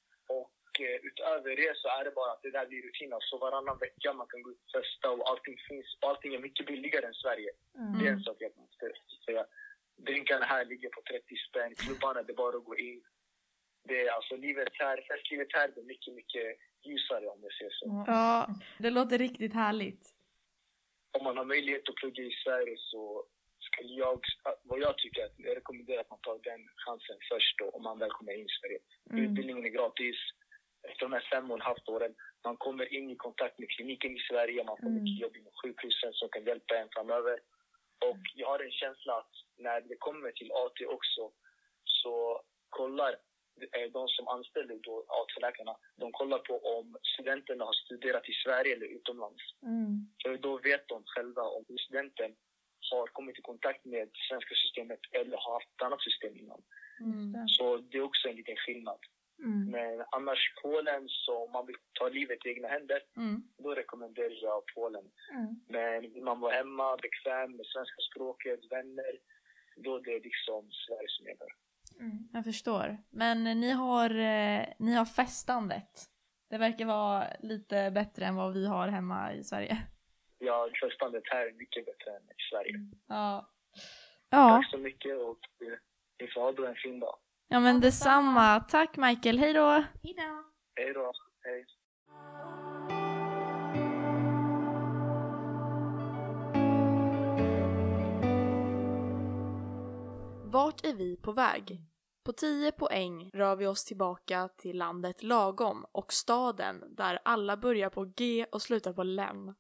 S6: Och eh, utöver det så är det bara att det där blir rutiner. Så varannan vecka man kan gå ut och festa och allting finns. Och allting är mycket billigare än Sverige.
S2: Mm.
S6: Det är en sak jag måste säga. Drinkarna här ligger på trettio spänn. Klubbarna, det är bara att gå in. Det är alltså livet här, festlivet här är mycket, mycket ljusare om jag säger så.
S2: Ja, det låter riktigt härligt.
S6: Om man har möjlighet att plugga i Sverige så skulle jag, vad jag tycker, att jag rekommenderar att man tar den chansen först då, om man väl kommer in i Sverige. Mm. Utbildningen är gratis. Efter de här fem och en halvt åren, man kommer in i kontakt med kliniken i Sverige, man får mm. mycket jobb inom sjukhusen som kan hjälpa en framöver. Och jag har en känsla att när det kommer till A T också, så kollar de som anställer då A T-läkarna, de kollar på om studenterna har studerat i Sverige eller utomlands. Mm. För då vet de själva om studenten har kommit i kontakt med det svenska systemet eller har haft ett annat system innan. Mm. Så det är också en liten skillnad. Mm. Men annars Polen, så om man vill ta livet i egna händer, mm. då rekommenderar jag Polen. Mm. Men vill man vara hemma, bekväm med svenska språket, vänner, då är det liksom Sverige som gäller.
S2: Mm. Jag förstår. Men ni har, eh, ni har festandet. Det verkar vara lite bättre än vad vi har hemma i Sverige.
S6: Ja, festandet här är mycket bättre än i Sverige. Mm.
S2: Ja.
S6: Tack så mycket och ni får ha då en fin dag.
S2: Ja, men detsamma. Tack Michael. Hej då.
S1: Hej då.
S6: Hej då. Hej.
S2: Vart är vi på väg? På tio poäng rör vi oss tillbaka till landet Lagom och staden där alla börjar på G och slutar på Län.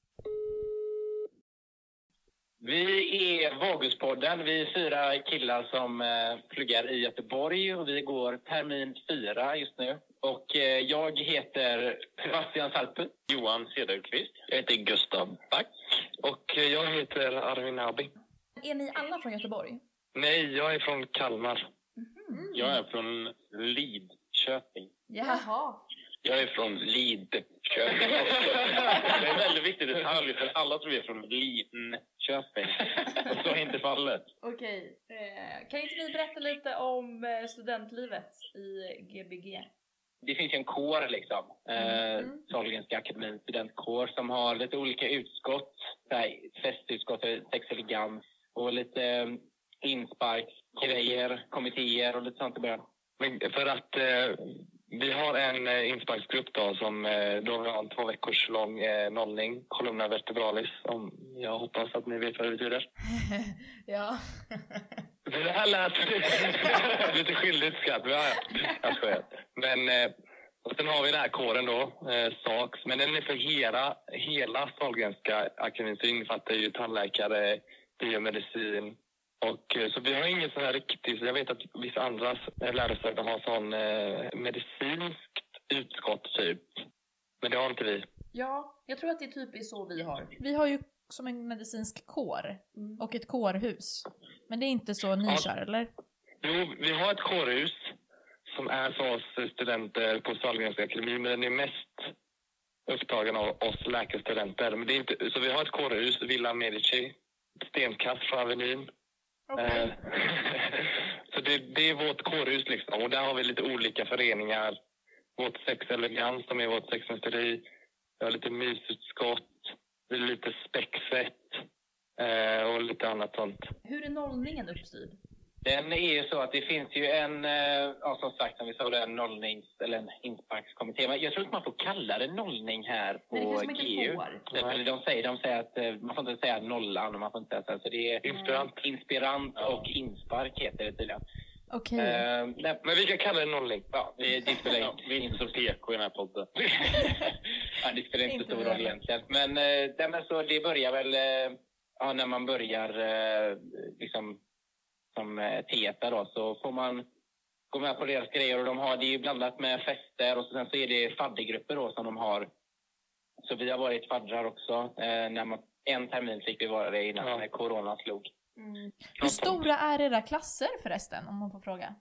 S7: Vi är Vaguspodden. Vi är fyra killar som eh, pluggar i Göteborg och vi går termin fyra just nu. Och eh, jag heter Sebastian Salpe.
S8: Johan Cederqvist. Jag heter Gustav Back. Och eh, jag heter Arvin Abi.
S1: Är ni alla från Göteborg?
S8: Nej, jag är från Kalmar.
S1: Mm.
S8: Jag är från Lidköping.
S1: Jaha.
S8: Jag är från Lidköping. Det är en väldigt viktig detalj, för alla tror vi är från Lidköping. Och så är inte fallet.
S1: Okej. Eh, kan inte ni berätta lite om studentlivet i G B G?
S7: Det finns ju en kår liksom. Mm. Eh, Sahlgrenska akademin studentkår som har lite olika utskott. Festutskott, sex elegans och lite eh, insparksgrejer, kommittéer och lite sånt i början.
S8: Men för att eh, vi har en eh, insparksgrupp då som eh, då vi har en två veckors lång eh, nollning, columna vertebralis, som jag hoppas att ni vet vad det betyder.
S1: Ja.
S8: Det här lät lite skyldigt skratt. Ja, jag skojar. Men eh, och sen har vi den här kåren då, eh, S A X, men den är för hela, hela Sahlgrenska akademin, så innefattar ju tandläkare, biomedicin. Och, så vi har ingen sån här riktigt, jag vet att vissa andra lärosäten har sån eh, medicinskt utskott typ. Men det har inte vi.
S1: Ja, jag tror att det typ är så vi har.
S2: Vi har ju som en medicinsk kår mm. och ett kårhus. Men det är inte så ni kör, ja. Eller?
S8: Jo, vi har ett kårhus som är för oss studenter på Sahlgrenska akademin, men den är mest upptagen av oss läkarstudenter. Men det är inte, så vi har ett kårhus, Villa Medici, stenkast från Avenyn. Okay. Så det, det är vårt kårhus liksom. Och där har vi lite olika föreningar. Vårt sex elegans som är vårt sexmesteri. Vi har lite mysutskott. Vi har lite spexet. Eh, och lite annat sånt.
S1: Hur är nollningen uppstyrd?
S7: Den är ju så att det finns ju en, ja, som sagt som vi sa, en nollnings eller en insparkskommitté. Men jag tror inte man får kalla det nollning här på G U. Eller de säger, de säger att man får inte säga nollan och man får inte säga så. Det är inspirant, inspirant och inspark heter det tydligen.
S2: Okej.
S8: Okay. Uh, men vi kan kalla det nollning.
S7: Ja, det, det spelar
S8: ja, vi är inte så peko i den här podden.
S7: Ja, det spelar inte så stor roll egentligen. Men, uh, men så det börjar väl uh, ja, när man börjar uh, liksom som Teta då, så får man gå med på deras grejer, och de har det ju blandat med fester, och sen så är det faddergrupper då som de har. Så vi har varit faddrar också. Eh, när man, en termin fick vi vara det innan ja. när corona slog.
S2: Mm. Hur stora är era klasser förresten, om man får fråga?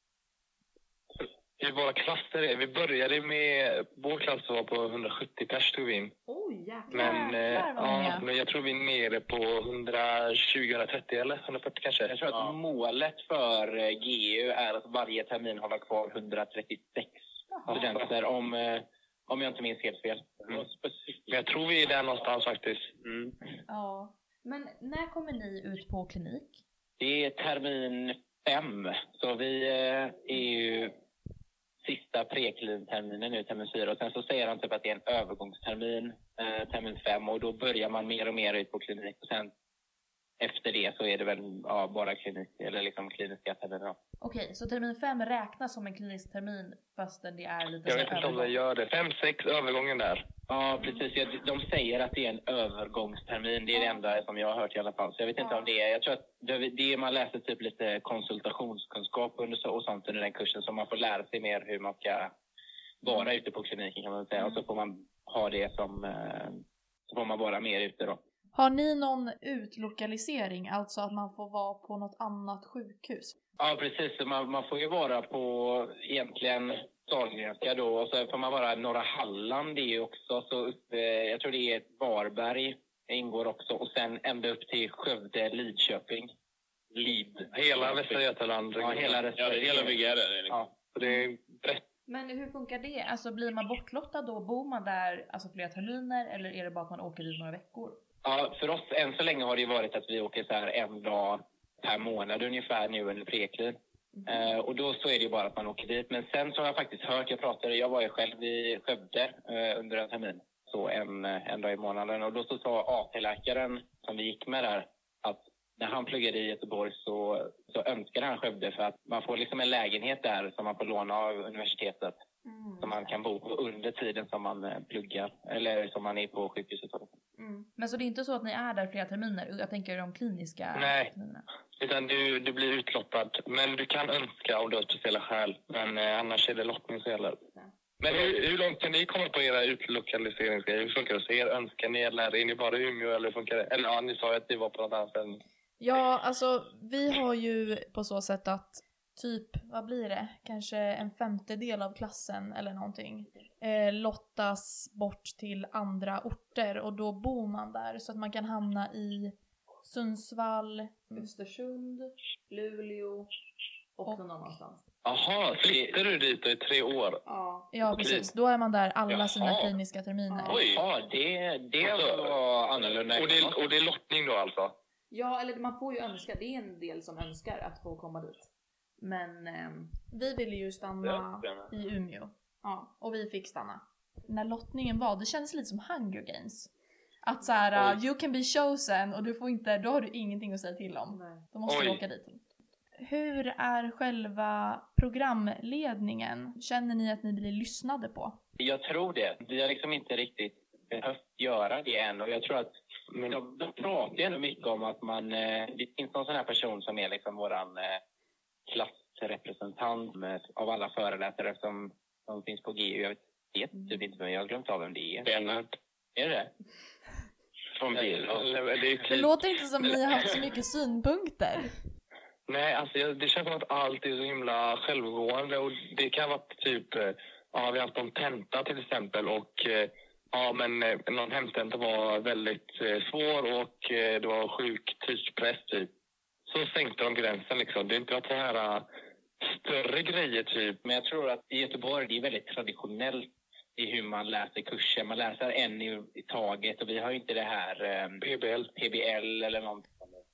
S8: I våra klasser är, vi började med, vår klass var på hundrasjuttio pers tog vi in.
S1: Oj, jäklar.
S8: Men, eh, ja, men jag tror vi är nere på hundratjugo hundratrettio eller hundrafyrtio kanske.
S7: Jag tror att
S8: ja.
S7: målet för G U är att varje termin hålla kvar hundratrettiosex studenter, om, eh, om jag inte minns helt fel.
S8: Mm. Men jag tror vi är där någonstans faktiskt.
S1: Mm. Ja, men när kommer ni ut på klinik?
S7: Det är termin fem, så vi eh, är ju sista preklinterminen nu, termin fyra, och sen så säger de typ att det är en övergångstermin, eh, termin fem, och då börjar man mer och mer ut på klinik, och sen efter det så är det väl ja, bara klinik, eller liksom kliniska terminer.
S1: Okej, så termin fem räknas som en klinisk termin fastän det är lite
S8: Jag
S1: så
S8: vet inte om
S1: övergång.
S8: de gör det. Fem, sex, övergången där.
S7: Ja, precis. De säger att det är en övergångstermin. Det är det enda som jag har hört i alla fall. Så jag vet inte om det är... Jag tror att det är man läser typ lite konsultationskunskap under så, och sånt under den kursen. Så man får lära sig mer hur man ska vara ute på kliniken kan man säga. Mm. Och så får man ha det som... Så får man vara mer ute då.
S2: Har ni någon utlokalisering? Alltså att man får vara på något annat sjukhus?
S7: Ja, precis. Man, man får ju vara på egentligen Sahlgrenska då. Och så får man vara Norra Halland det är också. Så uppe, jag tror det är Varberg ingår också. Och sen ända upp till Skövde, Lidköping. Lid.
S8: Hela Västra Götaland.
S7: Ja, hela Västra
S8: ja, hela V G R är det.
S7: Ja.
S8: Så det är brett.
S1: Men hur funkar det? Alltså blir man bortlottad då? Bor man där alltså flera terminer? Eller är det bara att man åker dit några veckor?
S7: Ja, för oss än så länge har det varit att vi åker så här en dag per månad ungefär nu under preklin. Mm. Uh, och då så är det ju bara att man åker dit. Men sen så har jag faktiskt hört, jag pratade, jag var ju själv i Skövde uh, under en termin. Så en, en dag i månaden. Och då så sa A T-läkaren som vi gick med där att när han pluggade i Göteborg så, så önskade han Skövde för att man får liksom en lägenhet där som man får låna av universitetet. Mm. Som man kan bo på under tiden som man pluggar. Eller som man är på sjukhuset.
S1: Mm. Men så det är inte så att ni är där flera terminer? Jag tänker de kliniska
S8: Nej,
S1: terminerna.
S8: Utan du, du blir utlottad. Men du kan önska om du har speciella skäl. Men eh, annars är det lottning som gäller. Ja. Men hur, hur långt kan ni komma på era utlokaliseringsgrejer? Hur funkar det så er? Önskar ni eller är ni bara i Umeå eller funkar det? Eller ja, ni sa ju att ni var på något annat än...
S2: Ja, alltså vi har ju på så sätt att typ, vad blir det? Kanske en femtedel av klassen eller någonting eh, lottas bort till andra orter och då bor man där så att man kan hamna i Sundsvall,
S1: Östersund, Luleå och, och någon annanstans.
S8: Jaha, flyttar du dit i tre år?
S1: Ja,
S2: ja precis. Då är man där alla
S8: Jaha.
S2: sina kliniska terminer.
S7: Oj, ja, det, det alltså, var annorlunda.
S8: Och det, och det är lottning då alltså?
S1: Ja, eller man får ju önska. Det är en del som önskar att få komma dit. Men ehm,
S2: vi ville ju stanna ja, i Umeå. Ja, och vi fick stanna. När lottningen var, det kändes lite som Hunger Games. Att så här, uh, you can be chosen och du får inte, då har du ingenting att säga till om. Nej. Då måste Oj. du åka dit. Hur är själva programledningen? Känner ni att ni blir lyssnade på?
S7: Jag tror det. Vi har liksom inte riktigt behövt göra det än. Och jag tror att men de, de pratar ändå mycket om att man... Eh, det finns någon sån här person som är liksom våran eh, klassrepresentant med, av alla föreläsare som, som finns på G U. Jag vet, vet typ inte, men jag har glömt av vem det är.
S8: Bernhard.
S7: Är det
S8: Från bil.
S2: Det, det låter inte som ni har haft så mycket synpunkter.
S8: Nej, alltså det känns som att allt är så himla självgående och det kan vara typ, ja vi har haft en tenta till exempel och ja men någon hemtenta var väldigt svår och det var sjuk tidspress typ. Så sänkte de gränsen liksom, det är inte att det här större grejer typ.
S7: Men jag tror att i Göteborg det är väldigt traditionellt i hur man läser kurser, man läser en i, i taget och vi har ju inte det här um,
S8: P B L.
S7: P B L eller någonting.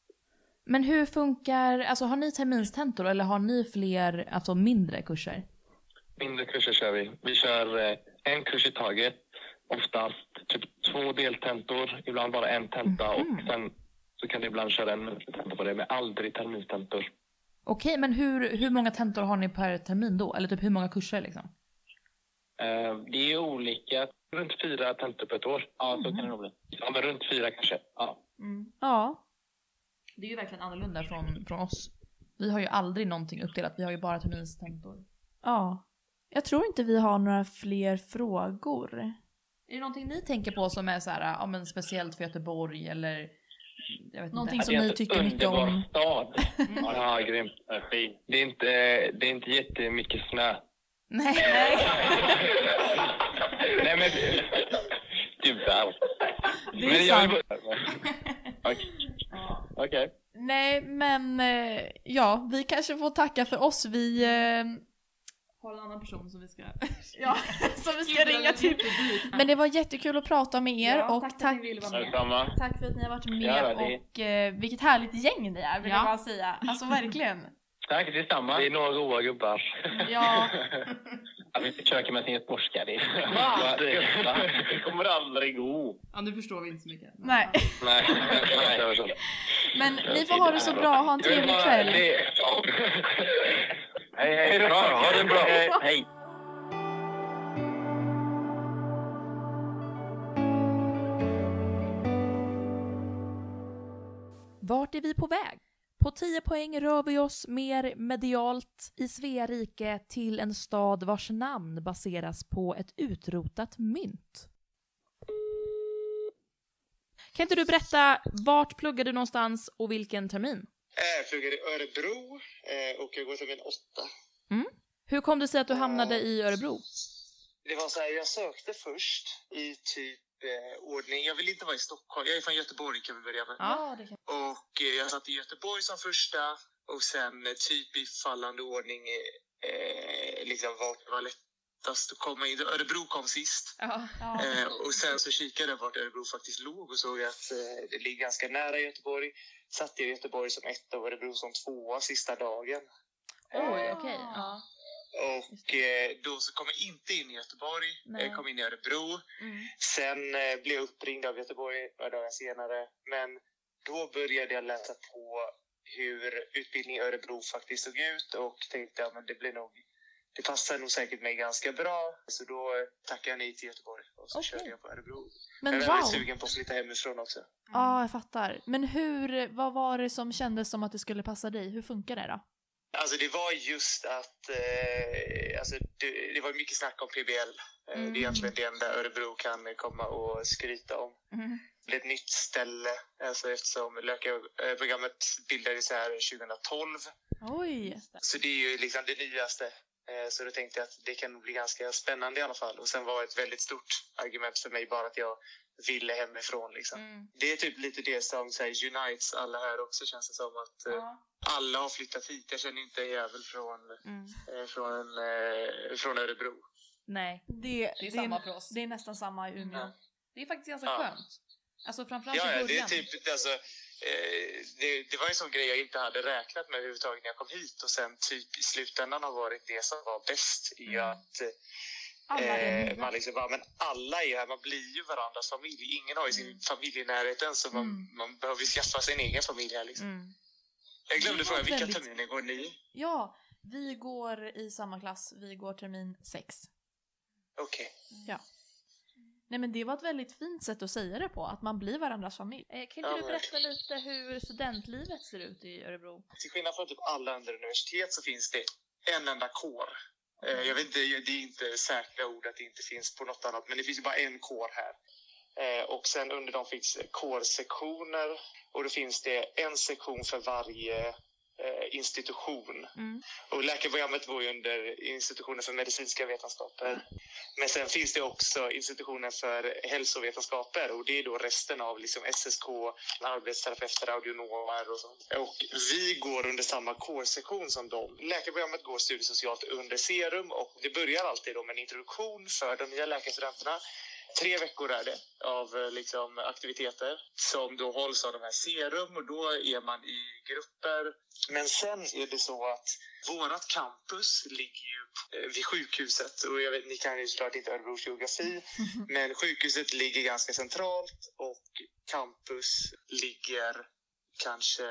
S1: Men hur funkar, alltså har ni terminstentor eller har ni fler, alltså mindre kurser?
S8: Mindre kurser kör vi. Vi kör eh, en kurs i taget. Oftast typ två deltentor, ibland bara en tenta mm. och sen så kan det ibland köra en tenta på det, men aldrig terminstentor.
S1: Okej, men hur, hur många tentor har ni per termin då? Eller typ hur många kurser liksom?
S7: Uh, det är olika.
S8: Runt fyra tentor på ett år.
S7: Ja, så mm. kan det nog bli.
S8: Ja, men runt fyra kanske.
S7: Ja.
S2: Mm. Ja.
S1: Det är ju verkligen annorlunda från, från oss. Vi har ju aldrig någonting uppdelat. Vi har ju bara terminstentor.
S2: Ja. Jag tror inte vi har några fler frågor.
S1: Är det någonting ni tänker på som är så här, ja, men speciellt för Göteborg eller jag vet
S2: någonting
S1: inte.
S2: som ni tycker mycket om?
S7: Underbar stad.
S2: Mm.
S8: Ja, grymt. Det är inte, det är inte jättemycket snö.
S1: Nej.
S8: Nej, men tyvärr.
S2: Det är sant.
S8: Okej. Okay.
S2: Nej, men ja, vi kanske får tacka för oss. Vi eh...
S1: har en annan person som vi ska
S2: ja, som vi ska ringa till. Men det var jättekul att prata med er
S1: ja,
S2: och
S1: tack,
S2: tack,
S1: för att ni ville vara med.
S8: Detsamma.
S2: Tack för att ni har varit med
S8: ja,
S2: och eh, vilket härligt gäng ni är vill
S1: ja.
S2: jag bara säga. Alltså verkligen.
S7: Tack, detsamma.
S8: Det är några goa gubbar.
S2: Ja.
S7: Att vi försöker med sin göteborgska det.
S8: Va? Det kommer aldrig gå.
S1: Ja, nu förstår vi inte så mycket.
S2: Nej.
S8: Nej. Nej.
S2: Men ni får ha det så bra. Ha en trevlig kväll.
S8: Hej, hej då. Ha det bra. Hej.
S1: Vart är vi på väg? På tio poäng rör vi oss mer medialt i Svea rike till en stad vars namn baseras på ett utrotat mynt. Kan inte du berätta, vart pluggar du någonstans och vilken termin?
S9: Jag pluggar i Örebro och jag går till min åtta.
S1: Mm. Hur kom det sig att du hamnade i Örebro?
S9: Det var så här, jag sökte först i typ eh, ordning. Jag vill inte vara i Stockholm. Jag är från Göteborg kan vi börja med.
S2: Ja, det kan...
S9: Och eh, jag satt i Göteborg som första. Och sen eh, typ i fallande ordning eh, liksom vart det var lättast att komma in. Örebro kom sist.
S2: Ja. Ja.
S9: Eh, och sen så kikade jag vart Örebro faktiskt låg och såg att eh, det ligger ganska nära Göteborg. Satt jag i Göteborg som ett och Örebro som tvåa sista dagen.
S1: Oj, okej. Okay. Ja.
S9: Och eh, då så kom jag inte in i Göteborg. Nej. Jag kom in i Örebro.
S2: Mm.
S9: Sen eh, blev jag uppringd av Göteborg några dagar senare. Men då började jag läsa på hur utbildning i Örebro faktiskt såg ut. Och tänkte att ja, det blir nog, det passar nog säkert mig ganska bra. Så då tackade jag nej till Göteborg. Och så okay. körde jag på Örebro.
S2: Men
S9: jag
S2: wow.
S9: var väldigt sugen på att flytta hemifrån också.
S2: Ja, ah, jag fattar. Men hur, vad var det som kändes som att det skulle passa dig? Hur funkar det då?
S9: Alltså det var just att eh, alltså det, det var mycket snack om P B L. Mm. Det är egentligen det enda Örebro kan komma och skryta om. Mm. Det är ett nytt ställe alltså eftersom läkarprogrammet bildades så här tjugohundratolv.
S2: Oj.
S9: Så det är ju liksom det nyaste. Så då tänkte jag att det kan bli ganska spännande i alla fall. Och sen var ett väldigt stort argument för mig bara att jag ville hemifrån liksom. Mm. Det är typ lite det som så här, unites alla här också känns det som att ja. Alla har flyttat hit. Jag känner inte en jävel från, mm. eh, från, eh, från Örebro.
S1: Nej,
S2: det,
S1: det är det samma för oss.
S2: Det är nästan samma i Umeå. Mm.
S1: Det är faktiskt ganska ja. Skönt. Alltså framförallt
S9: ja,
S1: i början.
S9: Ja, det är typ, alltså, eh, det, det var en sån grej jag inte hade räknat med överhuvudtaget när jag kom hit. Och sen typ i slutändan har varit det som var bäst i mm. att eh, man liksom bara, men alla är här, man blir ju varandras familj. Ingen har ju sin mm. familj i närheten så man, mm. man behöver skaffa sin egen familj här liksom. Mm. Jag glömde fråga, vilka väldigt... terminer går ni?
S2: Ja, vi går i samma klass. Vi går termin sex.
S9: Okej.
S2: Okay. Ja. Nej men det var ett väldigt fint sätt att säga det på. Att man blir varandras familj.
S1: Eh, kan inte ja, du berätta men... lite hur studentlivet ser ut i Örebro?
S9: Till skillnad från typ alla andra universitet så finns det en enda kår. Mm. Eh, jag vet inte, det är inte säkra ord att det inte finns på något annat. Men det finns ju bara en kår här. Eh, och sen under dem finns kårsektioner. Och då finns det en sektion för varje eh, institution. Mm. Och läkarprogrammet går ju under institutionen för medicinska vetenskaper. Men sen finns det också institutionen för hälsovetenskaper. Och det är då resten av liksom S S K, arbetsterapeuter, audionomer och sånt. Och vi går under samma kårsektion som dem. Läkarprogrammet går studiesocialt under serum. Och det börjar alltid då med en introduktion för de nya läkarstudenterna. Tre veckor är det av liksom, aktiviteter som då hålls av de här serum och då är man i grupper. Men sen är det så att vårat campus ligger ju vid sjukhuset och jag vet, ni kan ju såklart inte Örebros geografi, men sjukhuset ligger ganska centralt och campus ligger kanske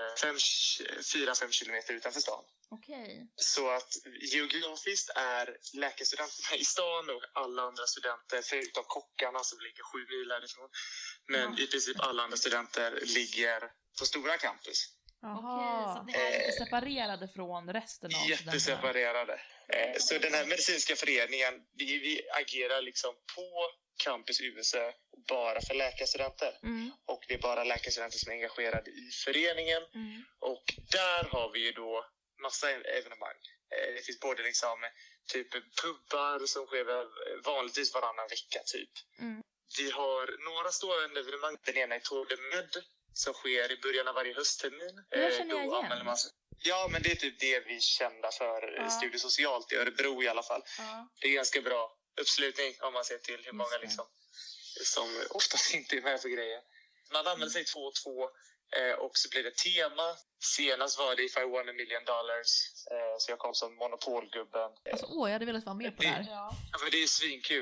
S9: fyra fem kilometer utanför stan.
S1: Okay.
S9: Så att geografiskt är läkarstudenterna i stan och alla andra studenter, förutom kockarna som ligger sju mil härifrån. Men ja. I princip alla andra studenter ligger på stora campus.
S1: Okej, okay, så ni är lite separerade från resten av studenterna?
S9: Jätteseparerade. Så den här medicinska föreningen, vi, vi agerar liksom på campus U S Ö bara för läkarstudenter. Mm. Och det är bara läkarstudenter som är engagerade i föreningen. Mm. Och där har vi ju då massa evenemang. Det finns både liksom typ pubbar som sker vanligtvis varannan vecka typ. Mm. Vi har några stående evenemang. Den ena är Tour de Med som sker i början av varje hösttermin.
S1: Det känner jag igen.
S9: Man... Ja, men det är typ det vi kända för ja. Studiesocialt i Örebro i alla fall. Ja. Det är ganska bra uppslutning om man ser till hur många liksom, som oftast inte är med för grejer. Man använder sig två och två. Eh, och så blir det tema. Senast var det If I won a million dollars. Eh, så jag kom som monopolgubben.
S2: Alltså åh, jag hade velat vara med på det här.
S9: Ja, men det är svinkul.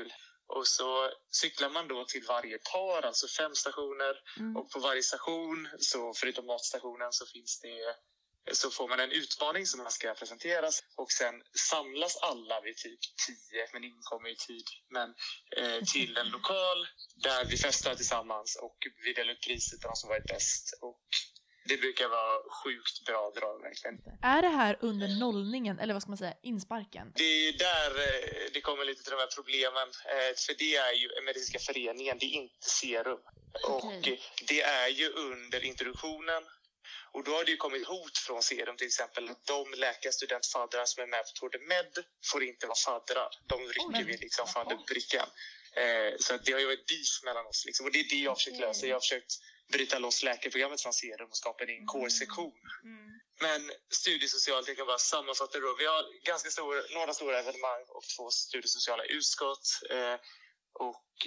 S9: Och så cyklar man då till varje par, alltså fem stationer.
S1: Mm.
S9: Och på varje station, så förutom matstationen, så finns det så får man en utmaning som man ska presenteras. Och sen samlas alla vid typ tio, men ingen kommer i tid. Men eh, till en lokal där vi festar tillsammans och vi delar upp priset till de som varit bäst. Och det brukar vara sjukt bra drag verkligen.
S2: Är det här under nollningen, eller vad ska man säga, insparken?
S9: Det är där eh, det kommer lite till de här problemen. Eh, för det är ju Medicinska föreningen, det är inte Serum.
S2: Okej.
S9: Och eh, det är ju under introduktionen. Och då har det ju kommit hot från Serum till exempel att de läkarstudentfaddrar som är med på Tour de Med får inte vara faddrar. De rycker vid liksom fadderbrickan. Eh, så att det har ju varit beef mellan oss liksom. Och det är det jag har försökt lösa. Jag har försökt bryta loss läkarprogrammet från Serum och skapa en core-sektion.
S1: Mm.
S9: Men studiesocialt, jag kan bara sammanfatta då. Vi har ganska stora, några stora evenemang och två studiesociala utskott. Eh, och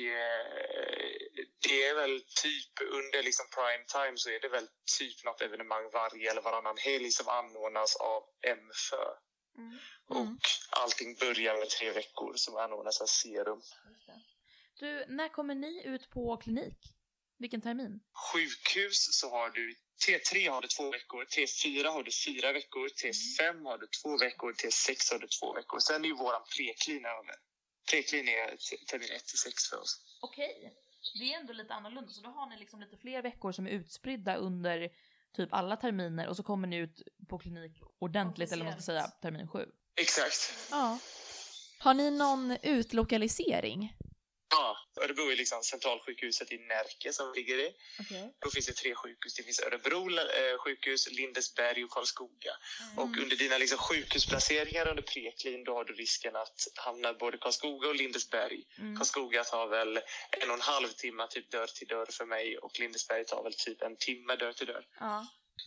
S9: eh, det är väl typ under liksom prime time så är det väl typ något evenemang varje eller varannan helg som anordnas av M F Ö.
S1: Mm.
S9: Och allting börjar med tre veckor som anordnas av Serum.
S1: Just det. Du, när kommer ni ut på klinik? Vilken termin?
S9: Sjukhus så har du T tre har du två veckor, T fyra har du fyra veckor, T fem har du två veckor, T sex har du två veckor. Sen är ju våran preklin över. Preklin är t- termin ett till sex för oss.
S1: Okej, det är ändå lite annorlunda. Så då har ni liksom lite fler veckor som är utspridda under typ alla terminer. Och så kommer ni ut på klinik ordentligt, eller vad man ska säga, termin sju.
S9: Exakt.
S2: Ja. Har ni någon utlokalisering?
S9: Ja, Örebro är liksom centralsjukhuset i Närke som ligger i.
S1: Okay.
S9: Då finns det tre sjukhus. Det finns Örebro eh, sjukhus, Lindesberg och Karlskoga. Mm. Och under dina liksom, sjukhusplaceringar under preklin då har du risken att hamna både Karlskoga och Lindesberg. Mm. Karlskoga tar väl en och en halv timme typ dörr till dörr för mig och Lindesberg tar väl typ en timme dörr till dörr.
S1: Ja.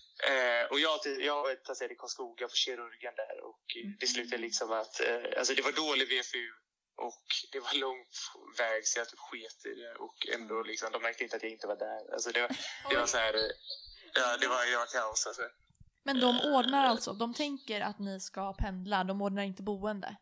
S9: Eh, och jag, jag var placerad i Karlskoga på kirurgen där och mm. det slutade liksom att eh, alltså det var dålig V F U. Och det var lång väg så jag typ sket i det. Och ändå liksom, de märkte inte att jag inte var där. Alltså det var, det var så här, ja det var, det var kaos alltså.
S2: Men de ordnar alltså, de tänker att ni ska pendla, de ordnar inte boende?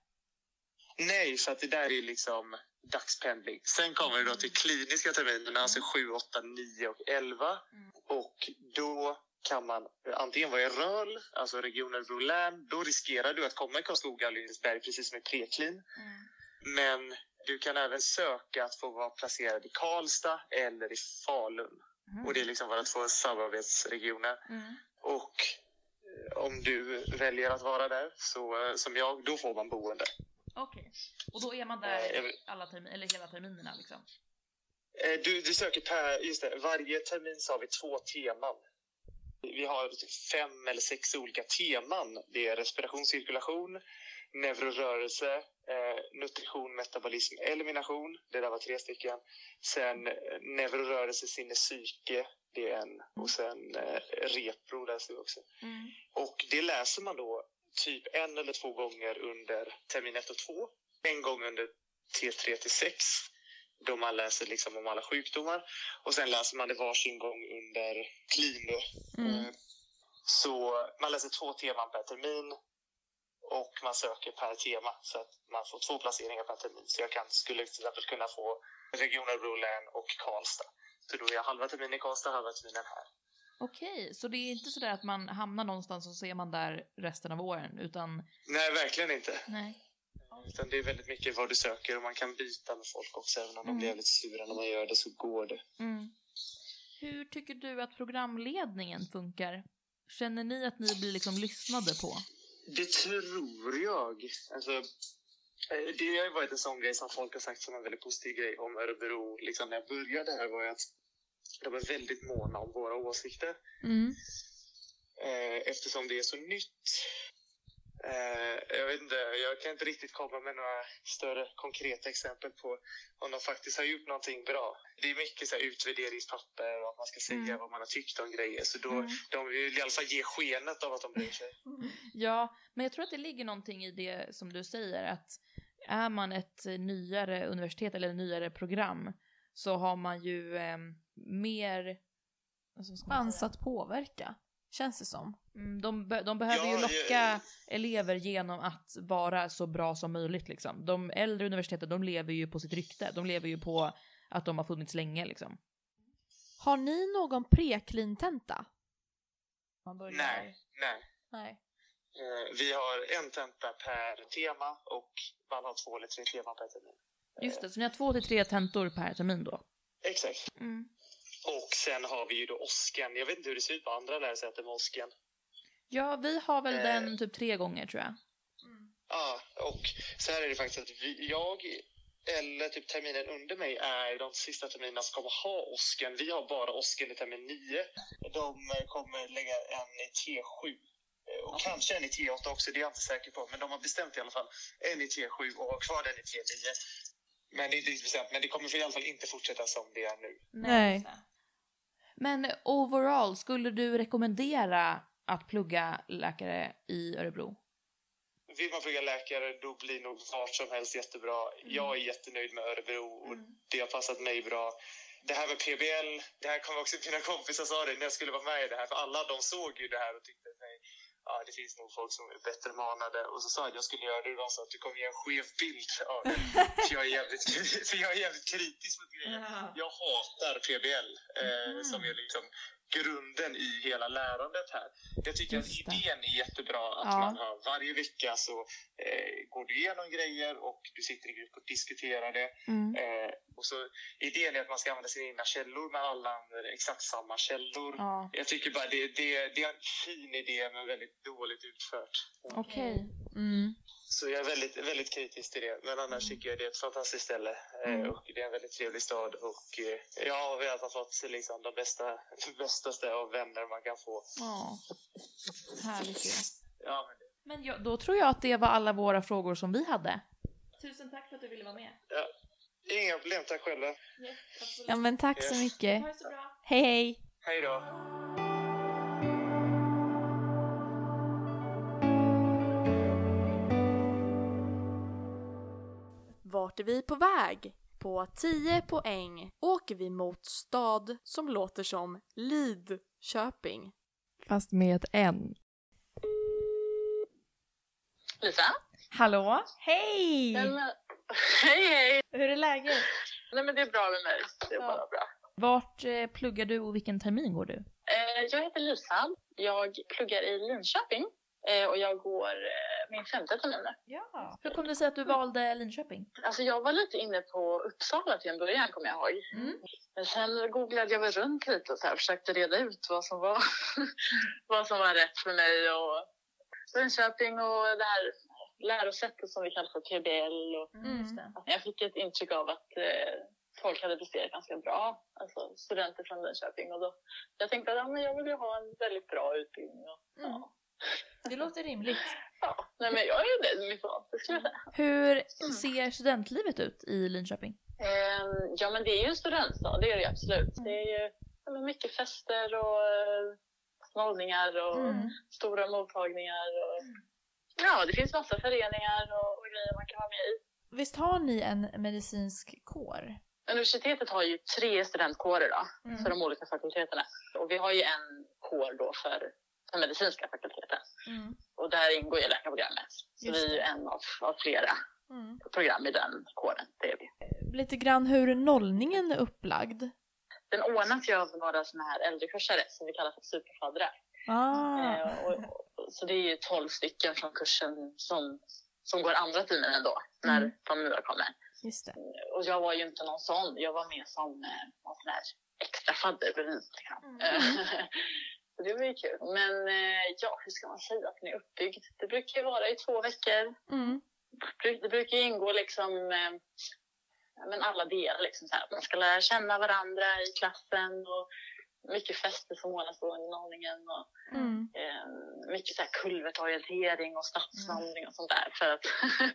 S9: Nej, för att det där är liksom dagspendling. Sen kommer det då till kliniska terminerna, alltså sju, åtta, nio och elva. Och då kan man antingen vara i Röl, alltså regionen Örebro län. Då riskerar du att komma i Karlskoga och Lindesberg precis som i preklin. Mm. Men du kan även söka att få vara placerad i Karlstad eller i Falun. Mm. Och det är liksom våra två samarbetsregioner. Mm. Och om du väljer att vara där, så som jag, då får man boende.
S1: Okej. Okay. Och då är man där eh, alla termin, eller hela terminerna liksom?
S9: Du, du söker per, just det, varje termin så har vi två teman. Vi har fem eller sex olika teman. Det är respirationscirkulation, neurorörelse, eh, nutrition, metabolism, elimination. Det där var tre stycken. Sen eh, neurorörelse, sinne, psyke. Det är en. Och sen eh, repro läser vi också. Mm. Och det läser man då typ en eller två gånger under termin ett och två. En gång under T tre till sex. Då man läser liksom om alla sjukdomar. Och sen läser man det varsin gång under klin. Mm. Så man läser två teman per termin. Och man söker per tema. Så att man får två placeringar per termin. Så jag kan, skulle till exempel kunna få region Örebro län och Karlstad. Så då är jag halva terminen i Karlstad, halva terminen här.
S1: Okej, så det är inte så där att man hamnar någonstans och så är man där resten av åren, utan... Nej,
S9: verkligen inte.
S1: Nej.
S9: Utan det är väldigt mycket vad du söker och man kan byta med folk också. Även om mm. de blir lite sura när man gör det så går det.
S1: Mm. Hur tycker du att programledningen funkar? Känner ni att ni blir liksom lyssnade på?
S9: Det tror jag. Alltså, det har ju varit en sån grej som folk har sagt som en väldigt positiv grej om Örebro. Liksom när jag började här var att de är väldigt måna om våra åsikter. Mm. Eftersom det är så nytt. Jag vet inte, jag kan inte riktigt komma med några större konkreta exempel på om de faktiskt har gjort någonting bra. Det är mycket så här utvärderingspapper och att man ska säga mm. vad man har tyckt om grejer. Så då, mm. de vill i alla fall ge skenet av att de bryr sig.
S1: Ja, men jag tror att det ligger någonting i det som du säger. Att är man ett nyare universitet eller nyare program så har man ju eh, mer...
S2: chans att påverka. känns det som.
S1: Mm, de, be- de behöver
S9: Ja,
S1: ju locka
S9: jag-
S1: elever genom att vara så bra som möjligt liksom. De äldre universiteten, de lever ju på sitt rykte. De lever ju på att de har funnits länge liksom.
S2: Har ni någon pre-clean-tenta? Man börjar...
S9: Nej, nej.
S2: Nej.
S9: Eh, Vi har en tenta per tema och man har två eller tre teman per termin.
S1: Just det, så ni har två till tre tentor per termin då?
S9: Exakt.
S1: Mm.
S9: Och sen har vi ju då Osken. Jag vet inte hur det ser ut på andra lärosäten med Osken.
S1: Ja, vi har väl
S9: Eh.
S1: den typ tre gånger tror jag.
S9: Ja, och så här är det faktiskt att vi, jag eller typ terminen under mig är de sista terminerna som kommer ha Osken. Vi har bara Osken i termin nio. De kommer lägga en i T sju. Och kanske en i T åtta också, det är jag inte säker på. Men de har bestämt i alla fall en i T sju och har kvar den i T nio. Men det är inte riktigt bestämt. Men det kommer i alla fall inte fortsätta som det är nu.
S2: Nej.
S1: Men overall, skulle du rekommendera att plugga läkare i Örebro?
S9: Vill man plugga läkare, då blir nog vart som helst jättebra. Jag är jättenöjd med Örebro och det har passat mig bra. Det här med P B L, det här kommer också mina kompisar sa det när jag skulle vara med i det här. För alla de såg ju det här och tyckte nej, ja, det finns nog folk som är bättre manade. Och så sa jag att jag skulle göra det och de sa att du kommer ge en skev bild av det. För jag är jävligt, för jag är jävligt kritisk mot grejer. Jag hatar P B L eh, som är liksom grunden i hela lärandet här. Jag tycker att idén är jättebra att
S1: Ja.
S9: man har varje vecka så eh, går du igenom grejer och du sitter i grupp och diskuterar det.
S1: Mm.
S9: Eh, och så idén är att man ska använda sina egna källor, men alla använder exakt samma källor.
S1: Ja,
S9: Jag tycker bara det, det, det är en fin idé men väldigt dåligt utfört.
S1: okej.
S2: Mm.
S9: Så jag är väldigt, väldigt kritisk till det. Men annars tycker jag det är ett fantastiskt ställe. Eh,
S1: Mm.
S9: Och det är en väldigt trevlig stad. Och eh, jag har velat ha fått liksom, de bästa, de bästa av vänner man kan få.
S1: Ja, härligt ju.
S9: Ja, men det,
S1: Men ja, då tror jag att det var alla våra frågor som vi hade. Tusen tack för att du ville vara med.
S9: ja. Inga problem, tack själva.
S1: Yes, absolut.
S2: Ja, men tack så
S9: Yes.
S2: mycket.
S1: Ha det så bra.
S2: Hej, hej.
S9: Hej då.
S2: Vart är vi på väg? På tio poäng åker vi mot stad som låter som Lidköping.
S1: Fast med ett N.
S3: Lisa?
S1: Hallå?
S2: Hej!
S3: Nej, men, hej, hej!
S2: Hur är läget?
S3: Nej, men det är bra med mig. Det är
S2: Ja.
S3: bara bra.
S1: Vart eh, pluggar du och vilken termin går du?
S3: Eh, jag heter Lisa. Jag pluggar i Linköping. Eh, och jag går eh, min femte termin nu.
S1: Ja. Hur kom det sig att du valde Linköping?
S3: Alltså jag var lite inne på Uppsala till en början, kommer jag ihåg.
S1: Mm.
S3: Men sen googlade jag väl runt lite och så här, försökte reda ut vad som var, vad som var rätt för mig. Och Linköping och det här lärosättet som vi kallar för P B L. Och
S1: Mm, just det.
S3: jag fick ett intryck av att eh, folk hade presterat ganska bra. Alltså studenter från Linköping. Och då, jag tänkte att ja, men jag vill ju ha en väldigt bra utbildning. Och, ja.
S2: Det låter rimligt.
S3: Ja, nej, men jag är nöjd med mitt val, det skulle jag säga.
S1: Hur ser studentlivet ut i Linköping?
S3: Ehm, ja, men det är ju en studentstad, det är det ju absolut. Det är ju ja, men mycket fester och uh, snollningar och
S1: Mm.
S3: stora mottagningar. Och, ja, det finns massa föreningar och, och grejer man kan vara med i.
S2: Visst har ni en medicinsk kår?
S3: Universitetet har ju tre studentkårer då,
S2: Mm.
S3: för de olika fakulteterna. Och vi har ju en kår då för den medicinska fakulteten.
S2: Mm.
S3: Och där ingår ju läkarprogrammet. Så
S2: Just
S3: vi är ju en av, av flera
S2: Mm.
S3: program i den kåren. Det är vi.
S2: Lite grann hur nollningen är upplagd.
S3: Den ordnas ju av några såna här äldrekursare som vi kallar för superfaddrar.
S2: Ah.
S3: Eh, och, och, så det är ju tolv stycken från kursen som, som går andra terminen då, när
S2: Mm.
S3: de nya kommer.
S2: Just det.
S3: Och jag var ju inte någon sån, jag var med som eh, någon sån här extra fadder bredvid. Liksom.
S2: Mm.
S3: Så det var ju kul. Men eh, ja, hur ska man säga att den är uppbyggd? Det brukar ju vara i två veckor.
S2: Mm.
S3: Det brukar ju ingå liksom eh, ja, men alla delar. Liksom, så här. Man ska lära känna varandra i klassen och mycket fester som ordnas då under nollningen. Och,
S2: Mm.
S3: eh, mycket så här kulvertorientering och stadsvandring och sånt där. För, att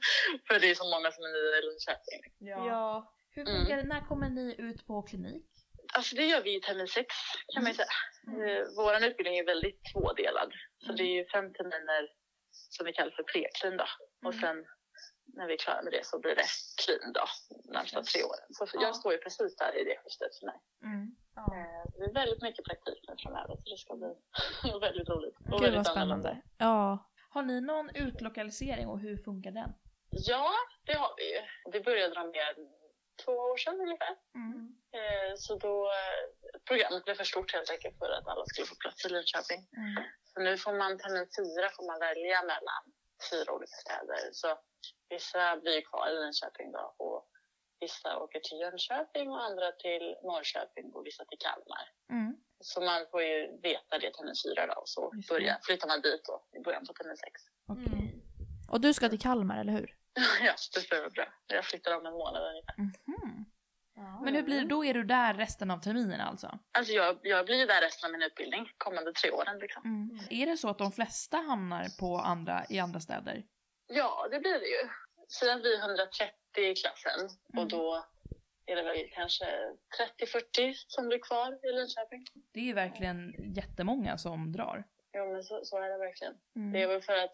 S3: för det är så många som är nya i Linköping.
S2: Ja.
S1: Hur funkar det? När kommer ni ut på klinik?
S3: Alltså det gör vi i termin sex kan man ju säga. Eh, Vår utbildning är väldigt tvådelad. Så det är ju fem terminer som vi kallar för pre-clean då. Och sen när vi är klara med det så blir det clean då. Närmsta tre åren. Så jag står ju precis där i det skiftet för mig.
S1: Mm.
S5: Ja. Det är väldigt mycket praktik nu framöver, så det ska bli väldigt roligt. Och
S2: Gud
S5: väldigt
S2: vad spännande.
S5: annorlunda.
S2: Ja.
S1: Har ni någon utlokalisering och hur funkar den?
S5: Ja, det har vi ju. Vi började dra med två år sedan ungefär.
S1: Mm.
S5: Eh, så då, programmet blev för stort helt enkelt för att alla skulle få plats i Linköping.
S1: Mm.
S5: Så nu får man termin fyra får man välja mellan fyra olika städer. Så vissa blir kvar i Linköping då, och vissa åker till Jönköping och andra till Norrköping och vissa till Kalmar.
S1: Mm.
S5: Så man får ju veta det termin fyra då, och så börjar, flyttar man dit då i början på termin sex.
S1: Okay.
S2: Mm. Och du ska till Kalmar, eller hur?
S5: Ja, det stämmer bra. Jag flyttar om en månad ungefär.
S1: Mm-hmm. Ja. Men hur blir det? Då är du där resten av terminen alltså?
S5: Alltså jag, jag blir ju där resten av min utbildning, kommande tre åren liksom.
S1: Mm. Är det så att de flesta hamnar på andra, i andra städer?
S5: Ja, det blir det ju. Sen vi är hundratrettio i klassen mm. och då är det väl kanske trettio fyrtio som blir kvar i Linköping.
S1: Det är ju verkligen jättemånga som drar.
S5: Ja, men så, så är det verkligen.
S1: Mm.
S5: Det är väl för att,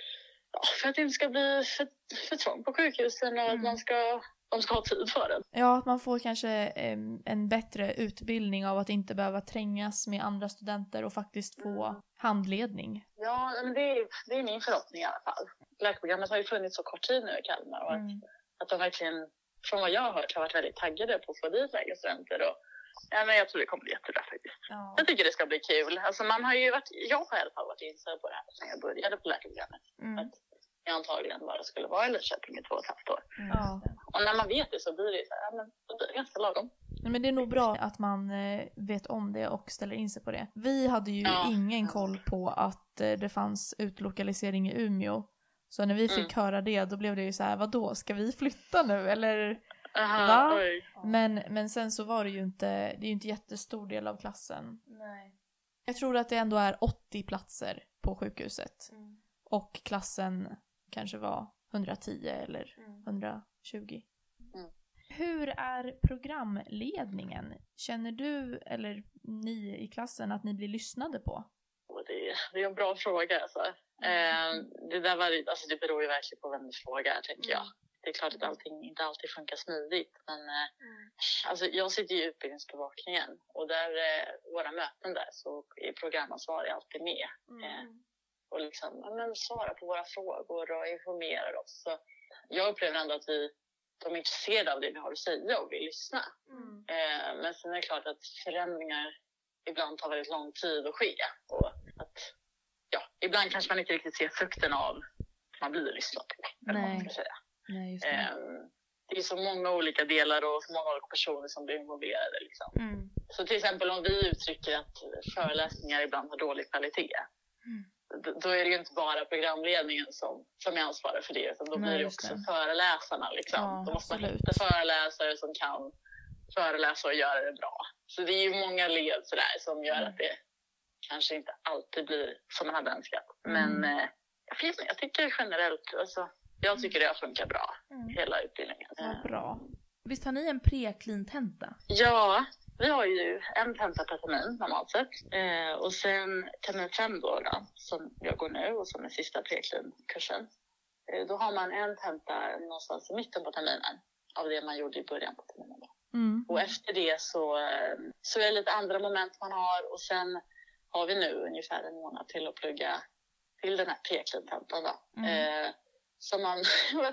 S5: ja, för att det inte ska bli för, för trångt på sjukhusen och mm. att man ska, de ska ha tid för det.
S2: Ja, att man får kanske eh, en bättre utbildning av att inte behöva trängas med andra studenter och faktiskt få mm. handledning.
S5: Ja, men det är, det är min förhoppning i alla fall. Läkarprogrammet har ju funnits så kort tid nu i Kalmar och mm. att, att de verkligen, från vad jag har hört, har varit väldigt taggade på att få dit läkarstudenter. Och ja, men jag tror det kommer bli jättebra faktiskt. Ja. Jag tycker det ska bli kul. Alltså man har ju varit, jag har i alla fall varit inställd på det här sen jag började på läkarprogrammet. Mm. Att jag antagligen bara skulle vara i Linköping i två och ett halvt år. Mm. Ja. Och när man vet det så blir det så här, ja, men det blir ganska lagom.
S2: Men det är nog bra att man eh, vet om det och ställer in sig på det. Vi hade ju ja. ingen koll på att eh, det fanns utlokalisering i Umeå. Så när vi fick mm. höra det, då blev det ju så här, vadå, ska vi flytta nu? Eller
S5: Aha,
S2: va?
S5: Oj.
S2: Men, men sen så var det ju inte, det är ju inte jättestor del av klassen.
S1: Nej.
S2: Jag tror att det ändå är åttio platser på sjukhuset.
S1: Mm.
S2: Och klassen kanske var hundratio eller mm. hundratjugo.
S5: Mm.
S2: Hur är programledningen? Känner du eller ni i klassen att ni blir lyssnade på?
S5: Det är, det är en bra fråga alltså. Mm. Eh, det, där var, alltså det beror ju verkligen på vem du frågar, tänker jag. Det är klart att allting inte alltid funkar smidigt. Men mm. alltså, jag sitter i utbildningsbevakningen. Och där eh, våra möten där så är programansvarig alltid med. Mm. Eh, och liksom ja, men, svara på våra frågor och informerar oss. Så jag upplever ändå att vi, de är intresserade av det vi har att säga och vill lyssna. Mm. Eh, men sen är det klart att förändringar ibland tar väldigt lång tid att ske. Och att, ja, ibland kanske man inte riktigt ser frukten av att man blir lyssnad på. Eller vad man ska säga.
S1: Nej, just det.
S5: Eh, det är så många olika delar och så många olika personer som blir involverade. Liksom.
S1: Mm.
S5: Så till exempel om vi uttrycker att föreläsningar ibland har dålig kvalitet.
S1: Mm.
S5: Då, då är det ju inte bara programledningen som, som är ansvarig för det. Utan då blir det också det. föreläsarna. Liksom.
S2: Ja,
S5: då måste man
S2: absolut.
S5: hitta föreläsare som kan föreläsa och göra det bra. Så det är ju många led sådär som gör mm. att det kanske inte alltid blir som man hade önskat. Men mm. eh, jag, vet, jag tycker generellt, alltså, jag tycker det har funkat bra, mm. hela utbildningen.
S2: Ja, bra.
S1: Visst har ni en pre-clean-tenta?
S5: Ja, vi har ju en tenta per termin normalt sett. Eh, och sen termin fem då, då, som jag går nu och som är sista pre-clean-kursen. Eh, då har man en tenta någonstans i mitten på terminen av det man gjorde i början på terminen. Då.
S2: Mm.
S5: Och efter det så, så är det lite andra moment man har. Och sen har vi nu ungefär en månad till att plugga till den här pre-clean-tentan då. Mm. Eh, så man,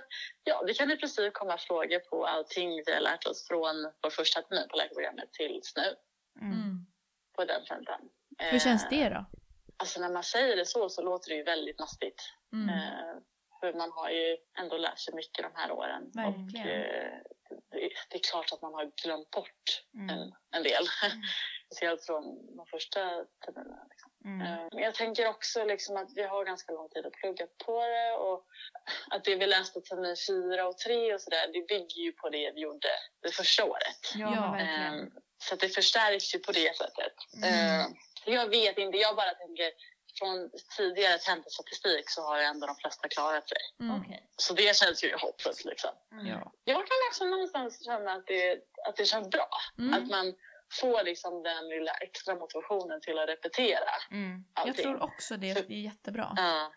S5: ja, det kan i princip komma frågor på allting vi har lärt oss från vår första termin på läkarprogrammet till nu.
S2: Mm.
S5: På den tentan.
S2: Eh, Hur känns det då?
S5: Alltså när man säger det så så låter det ju väldigt mastigt.
S2: Mm.
S5: Eh, för man har ju ändå lärt sig mycket de här åren.
S2: Verkligen.
S5: Och eh, det, det är klart att man har glömt bort mm. en, en del. Mm. Speciellt från de första terminerna. Liksom. Mm. Men jag tänker också liksom att vi har ganska lång tid att plugga på det. Och att det vi läste termin fyra och tre och sådär, det bygger ju på det vi gjorde det första året.
S2: Ja, verkligen.
S5: Så att det förstärks ju på det sättet. Mm. Jag vet inte, jag bara tänker från tidigare tentastatistik så har ju ändå de flesta klarat sig.
S2: Mm. Okay.
S5: Så det känns ju hoppfullt liksom.
S2: Mm. Ja.
S5: Jag kan också någonstans känna att det, att det känns bra. Mm. Att man får liksom den lilla extra motivationen till att repetera.
S2: Mm. Jag tror också det, det är jättebra.
S5: Ja.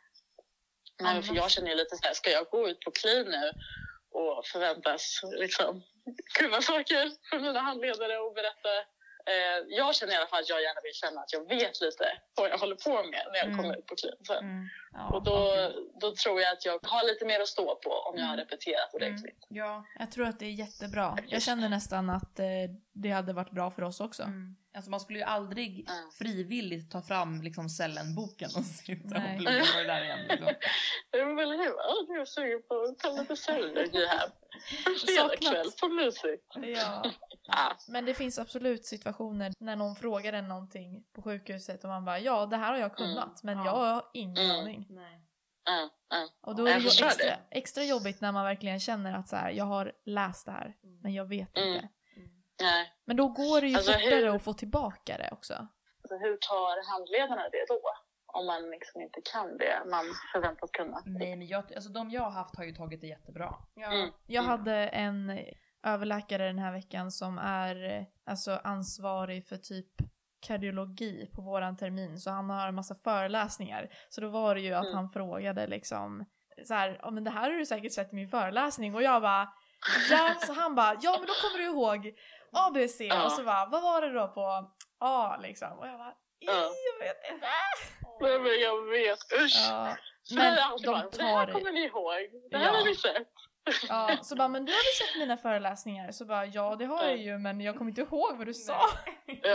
S5: Men för jag känner ju lite så här, ska jag gå ut på clean nu och förväntas liksom kunna saker för mina handledare och berätta Eh, jag känner i alla fall att jag gärna vill känna att jag vet lite vad jag håller på med när jag
S2: Mm.
S5: kommer ut på kliniken.
S2: Mm. Ja,
S5: och då, då tror jag att jag har lite mer att stå på om jag har
S2: Mm.
S5: repeterat ordentligt.
S2: Ja, jag tror att det är jättebra. Jag känner nästan att eh, det hade varit bra för oss också.
S1: Mm. Alltså man skulle ju aldrig
S5: Mm.
S1: frivilligt ta fram liksom Cellen-boken och sitta
S2: Nej.
S1: och plugga på det där igen. Liksom.
S5: Jag är väl hur? Ja, jag är sugen på att ta lite cellologi här. En fredagkväll på mysigt.
S2: Ja.
S5: Ja.
S2: Men det finns absolut situationer när någon frågar en någonting på sjukhuset och man bara, ja det här har jag kunnat, men
S1: Ja.
S2: jag har ingen
S5: Mm.
S2: aning.
S1: Nej.
S5: Mm, mm.
S2: Och då är
S5: Jag
S2: det ju
S5: förstår
S2: extra,
S5: det.
S2: extra jobbigt när man verkligen känner att så här, jag har läst det här, men jag vet
S5: Mm.
S2: inte.
S5: Nej.
S2: Men då går det ju
S5: Alltså,
S2: fortare
S5: hur-
S2: att få tillbaka det också.
S5: Alltså, hur tar handledarna det då? Om man liksom inte kan det man förväntas kunna.
S1: Nej, men jag, alltså de jag har haft har ju tagit det jättebra.
S5: Mm.
S2: Jag hade en överläkare den här veckan som är eh, alltså ansvarig för typ kardiologi på våran termin, så han har en massa föreläsningar. Så då var det ju att
S5: Mm.
S2: han frågade liksom så här, ja men det här har du säkert sett i min föreläsning, och jag bara ja, så han bara, ja men då kommer du ihåg A B C,
S5: Ja.
S2: och så bara, vad var det då på A liksom, och jag bara,
S5: Ja.
S2: jag vet inte.
S5: Nej, men jag vet. Usch.
S2: Ja,
S5: Så
S2: men
S5: det är alltid
S2: de
S5: bara, det
S2: tar
S5: här
S2: det.
S5: kommer ni ihåg. Det här
S2: Ja.
S5: har ni sett.
S2: Ja, så bara, men du har väl sett mina föreläsningar? Så bara, ja det har jag ju, men jag kommer inte ihåg vad du sa.
S5: Ja.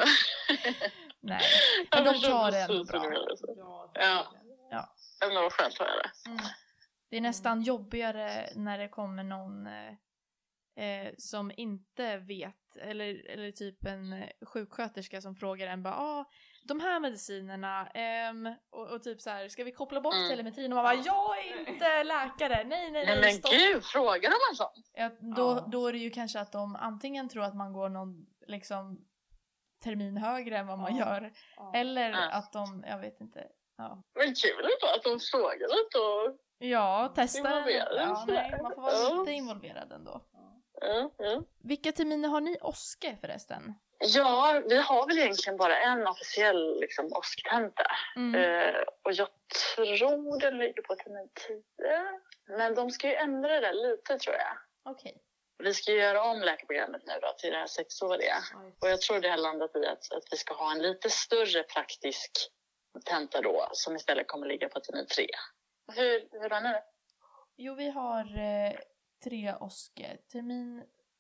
S2: Nej,
S5: Jag
S2: men de
S5: förstår
S2: tar det ändå
S5: precis vad du
S2: bra.
S5: menar, alltså.
S1: Ja.
S5: Ja.
S2: Ja.
S5: Men det var skönt att höra.
S2: Mm. Det är nästan jobbigare när det kommer någon eh, eh, som inte vet, eller, eller typ en eh, sjuksköterska som frågar en bara, ah, de här medicinerna, ehm, och, och typ så här, ska vi koppla bort
S5: Mm.
S2: telemetrin? Och man bara, jag är inte läkare, nej nej
S5: Nej
S2: nej,
S5: men
S2: stopp.
S5: gud, frågar de en sån?
S2: Ja, då,
S1: Ja.
S2: då är det ju kanske att de antingen tror att man går någon liksom termin högre än vad man
S1: Ja.
S2: gör,
S1: Ja.
S2: eller
S5: Ja.
S2: att de, jag vet inte, ja,
S5: Men kul då att de frågar lite och...
S2: ja testa.
S5: Involverad,
S2: Ja,
S5: sådär.
S2: nej, man får vara
S5: Ja.
S2: lite involverad ändå.
S5: Ja, ja.
S2: Vilka terminer har ni Oske förresten?
S5: Ja, vi har väl egentligen bara en officiell liksom, åsktenta.
S2: Mm.
S5: Eh, och jag tror den ligger på termin tio. Men de ska ju ändra det lite tror jag.
S2: Okej.
S5: Vi ska ju göra om läkarprogrammet nu då till det här sexåriga. Och jag tror det har landat i att, att vi ska ha en lite större praktisk tenta då. Som istället kommer ligga på termin tre. Hur, hur har ni det?
S2: Jo, vi har eh, tre Oske. Termin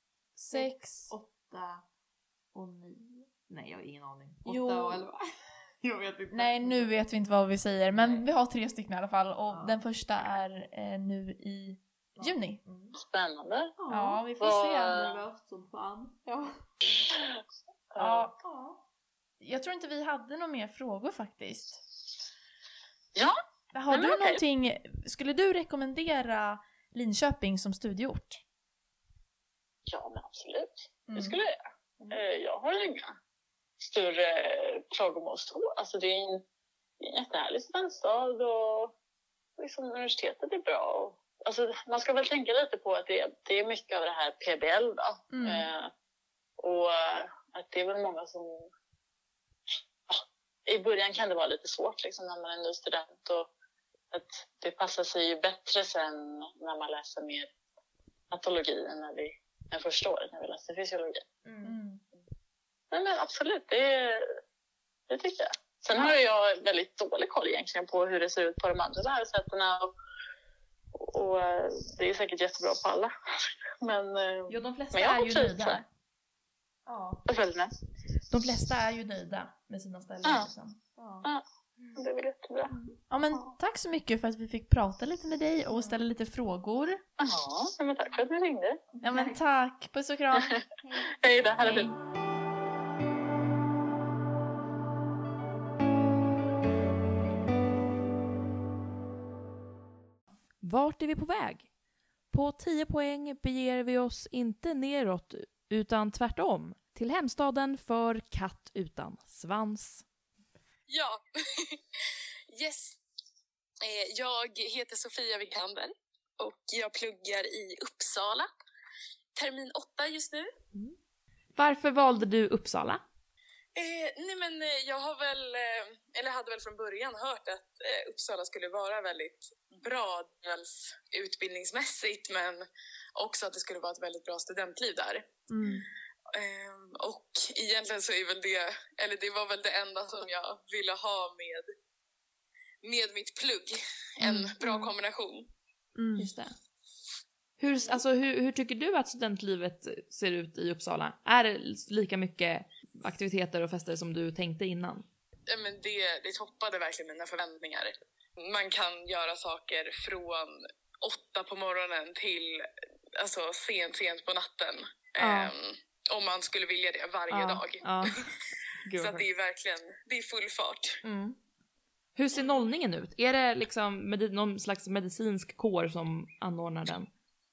S2: sex.
S1: Åtta och nio. Nej, jag har ingen aning. Åtta
S2: Jo.
S1: och elva. Jag vet inte.
S2: Nej, nu vet vi inte vad vi säger. Men
S1: Nej.
S2: vi har tre stycken i alla fall. Och
S1: Ja.
S2: den första är eh, nu i juni.
S1: Mm.
S5: Spännande.
S2: Ja, vi får
S5: Vad-
S2: se.
S1: Nervöst som fan. Ja.
S2: Ja.
S1: Ja.
S2: Jag tror inte vi hade några mer frågor faktiskt.
S5: Ja.
S2: Har
S5: Nej,
S2: du
S5: men okej.
S2: någonting, skulle du rekommendera Linköping som studieort?
S5: Ja, men absolut.
S2: Mm.
S5: Det skulle jag göra. Eh, Jag har inga större klagomål så. Alltså det är en, det är en jättehärlig studentstad och liksom universitetet är bra. Och, alltså, man ska väl tänka lite på att det, det är mycket av det här P B L då.
S2: Mm.
S5: Eh, och eh, att det är väl många som... Ja, i början kan det vara lite svårt liksom, när man är ny student. Och att det passar sig ju bättre sen när man läser mer patologi än när vi, än första året när vi läste fysiologi.
S2: Mm.
S5: Nej, men absolut, det, det tycker jag. Sen har jag väldigt dålig koll egentligen på hur det ser ut på de andra lärosätena. Och, och eh, det är säkert jättebra på alla. Men, eh,
S1: Jo, de flesta
S5: men jag
S1: är
S5: har
S1: ju
S5: trivts
S1: nöjda.
S5: här.
S1: Ja.
S5: Jag följer med.
S1: De flesta är ju nöjda med sina ställen.
S5: Ja.
S1: Liksom. Ja.
S5: Ja, det är väl jättebra.
S2: Ja, men tack så mycket för att vi fick prata lite med dig och ställa lite frågor.
S5: Ja, men tack för att ni ringde.
S2: Ja, men tack. Puss och kram.
S5: Hej då, ha det
S2: Hej.
S5: fint.
S1: Vart är vi på väg? På tio poäng beger vi oss inte neråt utan tvärtom till hemstaden för katt utan svans.
S10: Ja, yes. Eh, Jag heter Sofia Wikander och jag pluggar i Uppsala. Termin åtta just nu.
S1: Varför valde du Uppsala?
S10: Eh, nej men eh, jag har väl, eh, eller hade väl från början hört att eh, Uppsala skulle vara väldigt bra, dels utbildningsmässigt men också att det skulle vara ett väldigt bra studentliv där.
S2: Mm.
S10: Um, och egentligen så är väl det, eller det var väl det enda som jag ville ha med, med mitt plugg. En
S1: Mm.
S10: bra kombination.
S2: Mm.
S1: Just det. Hur, alltså, hur, hur tycker du att studentlivet ser ut i Uppsala? Är det lika mycket aktiviteter och fester som du tänkte innan?
S10: Ja, men det, det toppade verkligen mina förväntningar. Man kan göra saker från åtta på morgonen till alltså, sent, sent på natten.
S1: Ja.
S10: Um, om man skulle vilja det varje
S1: Ja,
S10: dag.
S1: ja. Gud,
S10: Så
S1: vad
S10: att det är verkligen, det är full fart.
S1: Mm. Hur ser nollningen ut? Är det liksom med någon slags medicinsk kår som anordnar den?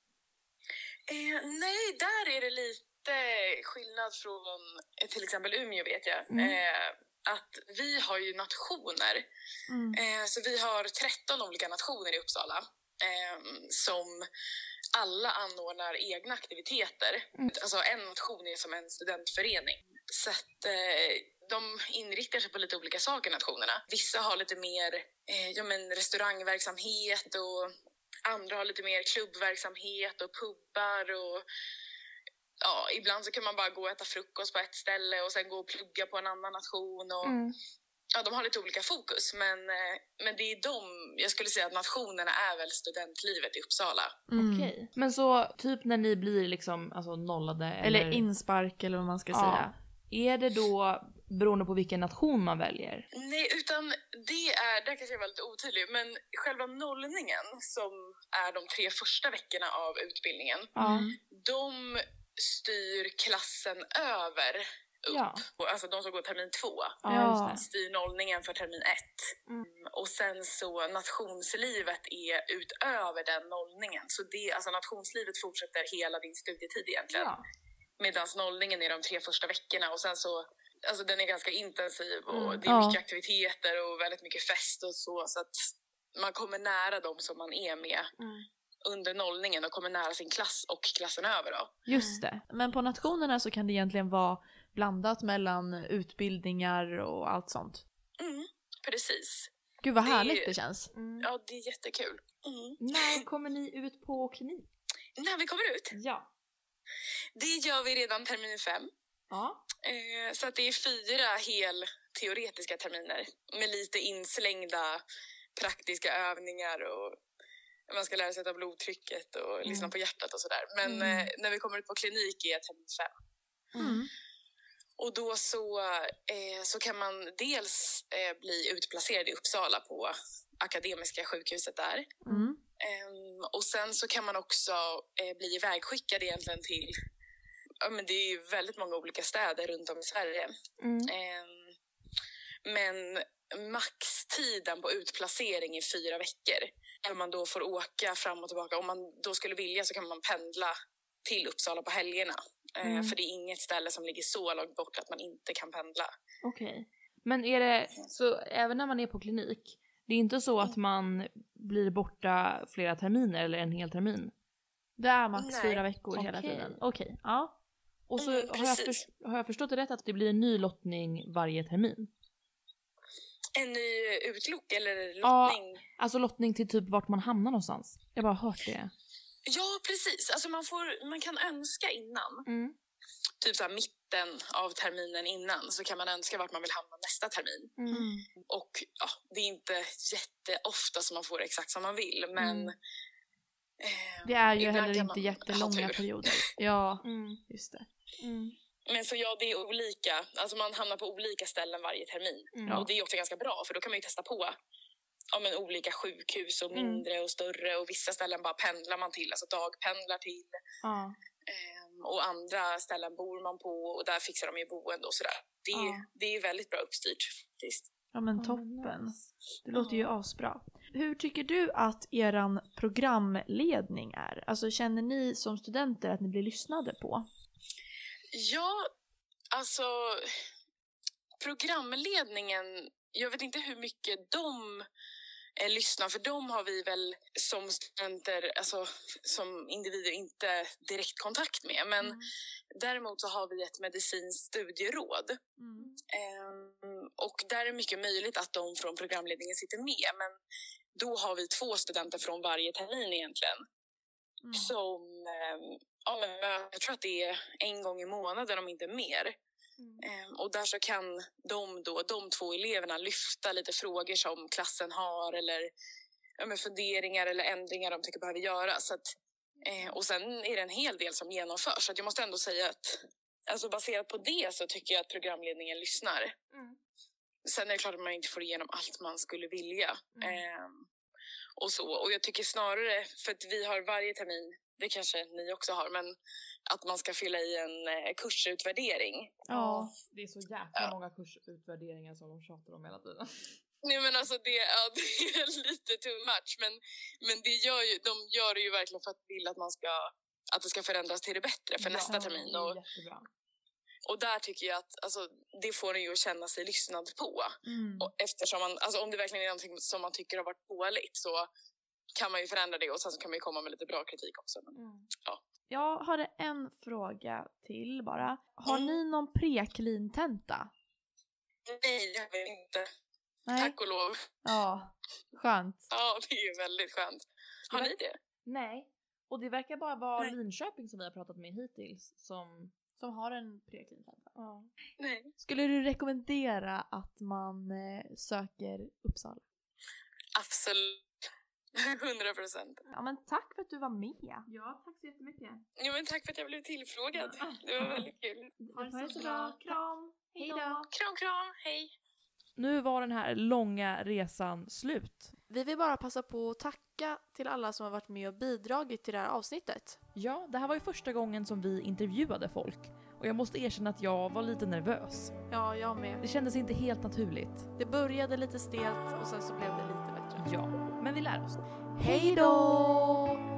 S10: Eh, nej, där är det lite skillnad från eh, till exempel Umeå vet jag.
S1: Mm.
S10: Eh, att vi har ju nationer.
S2: Mm.
S10: Eh, så vi har tretton olika nationer i Uppsala. Eh, som alla anordnar egna aktiviteter.
S1: Mm.
S10: Alltså en nation är som en studentförening. Så att eh, de inriktar sig på lite olika saker, nationerna. Vissa har lite mer eh, ja, men restaurangverksamhet och andra har lite mer klubbverksamhet och pubbar och ja, ibland så kan man bara gå och äta frukost på ett ställe och sen gå och plugga på en annan nation och
S1: Mm.
S10: ja, de har lite olika fokus, men, eh, men det är de, jag skulle säga att nationerna är väl studentlivet i Uppsala.
S2: Mm.
S1: Okej. Men så typ när ni blir liksom alltså nollade eller,
S2: Eller inspark eller vad man ska
S1: Ja.
S2: säga.
S1: är det då beroende på vilken nation man väljer?
S10: Nej, utan det är, där kanske jag var lite otydlig, men själva nollningen som är de tre första veckorna av utbildningen,
S1: Ja.
S10: de styr klassen över upp.
S1: Ja.
S10: Och alltså de som går termin två
S1: Ja, just
S10: styr nollningen för termin ett.
S1: Mm.
S10: Och sen så nationslivet är utöver den nollningen. Så det, alltså nationslivet fortsätter hela din studietid
S1: det.
S10: egentligen.
S1: Ja.
S10: Medan nollningen är de tre första veckorna och sen så, alltså den är ganska intensiv och
S1: Mm.
S10: det är
S2: Ja.
S10: mycket aktiviteter och väldigt mycket fest och så. Så att man kommer nära dem som man är med
S1: Mm.
S10: under nollningen och kommer nära sin klass och klassen över då.
S2: Just det. Men på nationerna så kan det egentligen vara blandat mellan utbildningar och allt sånt.
S10: Mm, precis.
S2: Gud vad
S10: Det-
S2: härligt det känns.
S1: Mm.
S10: Ja, det är jättekul. Mm.
S1: När kommer ni ut på klinik?
S10: När vi kommer ut,
S1: Ja.
S10: det gör vi redan termin fem.
S1: Ja.
S10: Eh, så att det är fyra hel teoretiska terminer med lite inslängda praktiska övningar och man ska lära sig att ta blodtrycket och
S1: Mm.
S10: lyssna på hjärtat och sådär. Men
S1: Mm.
S10: eh, när vi kommer ut på klinik är termin fem.
S2: Mm.
S10: Och då så, eh, så kan man dels eh, bli utplacerad i Uppsala på Akademiska sjukhuset där.
S2: Mm.
S10: Ehm, och sen så kan man också eh, bli ivägskickad egentligen till, ja men det är ju väldigt många olika städer runt om i Sverige.
S1: Mm.
S10: Ehm, men maxtiden på utplacering är fyra veckor. Där man då får åka fram och tillbaka. Om man då skulle vilja så kan man pendla till Uppsala på helgerna. Ehm,
S1: Mm.
S10: för det är inget ställe som ligger så långt bort att man inte kan pendla.
S1: Okej. Men är det så även när man är på klinik, det är inte så att man blir borta flera terminer eller en hel termin?
S2: Det är max
S10: Nej.
S2: fyra veckor hela
S1: Okej.
S2: tiden. Okej, ja.
S1: Och så
S10: Mm,
S1: har, jag
S10: precis.
S1: för, har jag förstått det rätt att det blir en ny lottning varje termin?
S10: En ny utlock eller
S1: Ja.
S10: lottning?
S1: Alltså lottning till typ vart man hamnar någonstans. Jag har bara hört det.
S10: Ja, precis. Alltså man, får, man kan önska innan.
S1: Mm.
S10: Typ så här mitten av terminen innan så kan man önska vart man vill hamna nästa termin.
S1: Mm.
S10: Och ja, det är inte jätteofta som man får exakt som man vill, men
S1: Mm.
S10: eh,
S2: Det är ju
S10: ibland
S2: heller
S10: kan
S2: inte
S10: man
S2: jättelånga
S10: ha tur.
S2: perioder. Ja,
S1: Mm.
S2: just det.
S1: Mm.
S10: Men så ja, det är olika. Alltså man hamnar på olika ställen varje termin.
S1: Mm.
S10: Och det är också ganska bra, för då kan man ju testa på ja, men olika sjukhus och
S1: Mm.
S10: mindre och större. Och vissa ställen bara pendlar man till, alltså dagpendlar till.
S1: Ja.
S10: Ehm, och andra ställen bor man på och där fixar de ju boende och sådär. Det, är-
S1: Ja.
S10: det är väldigt bra uppstyrt faktiskt.
S2: Ja men
S1: Ja,
S2: toppen.
S1: nice.
S2: Det låter ju asbra. Hur tycker du att eran programledning är? Alltså känner ni som studenter att ni blir lyssnade på?
S10: Ja, alltså programledningen, jag vet inte hur mycket de eh, lyssnar, för de har vi väl som studenter, alltså som individer inte direkt kontakt med. Men
S2: Mm.
S10: däremot så har vi ett medicinskt studieråd.
S2: Mm.
S10: Ehm, och där är det mycket möjligt att de från programledningen sitter med, men då har vi två studenter från varje termin egentligen
S2: Mm.
S10: som, ehm, ja, men jag tror att det är en gång i månaden om inte mer. Mm. Och där så kan de då, de två eleverna lyfta lite frågor som klassen har eller ja, men funderingar eller ändringar de tycker behöver göras. Så att, eh, och sen är det en hel del som genomförs. Så att jag måste ändå säga att alltså baserat på det så tycker jag att programledningen lyssnar. Mm. Sen är det klart att man inte får igenom allt man skulle vilja. Mm. Eh, och så. Och jag tycker snarare, för att vi har varje termin, det kanske ni också har, men att man ska fylla i en eh, kursutvärdering.
S1: Ja, det är så jäkla ja. många kursutvärderingar som de tjatar om hela tiden.
S10: Nej, men alltså det, ja, det är lite too much, men, men det gör ju, de gör det ju verkligen för att vilja att man ska, att det ska förändras till det bättre för ja, nästa termin. Och, och där tycker jag att alltså, det får en ju att känna sig lyssnad på. Mm. Och eftersom man, alltså om det verkligen är någonting som man tycker har varit dåligt så kan man ju förändra det och sen så kan man ju komma med lite bra kritik också. Men, mm. ja.
S2: Jag har en fråga till bara. Har mm. ni någon preklintenta?
S10: Nej, jag vet inte. Nej. Tack och lov.
S2: Ja, skönt.
S10: Ja, det är ju väldigt skönt. Har det ni det?
S1: Nej. Och det verkar bara vara Nej. Linköping som vi har pratat med hittills som,
S2: som har en preklintenta.
S10: Ja. Nej.
S2: Skulle du rekommendera att man eh, söker Uppsala?
S10: Absolut. hundra procent.
S2: Ja, men tack för att du var med.
S1: Ja, tack så jättemycket.
S10: Ja, men tack för att jag blev tillfrågad. Det var väldigt kul.
S2: Ha det så bra. Kram. Hej då.
S10: Kram, kram. Hej.
S1: Nu var den här långa resan slut.
S2: Vi vill bara passa på att tacka till alla som har varit med och bidragit till det här avsnittet.
S1: Ja, det här var ju första gången som vi intervjuade folk. Och jag måste erkänna att jag var lite nervös.
S2: Ja, jag med.
S1: Det kändes inte helt naturligt.
S2: Det började lite stelt och sen så blev det lite bättre.
S1: Ja, men vi lär oss.
S2: Hej då!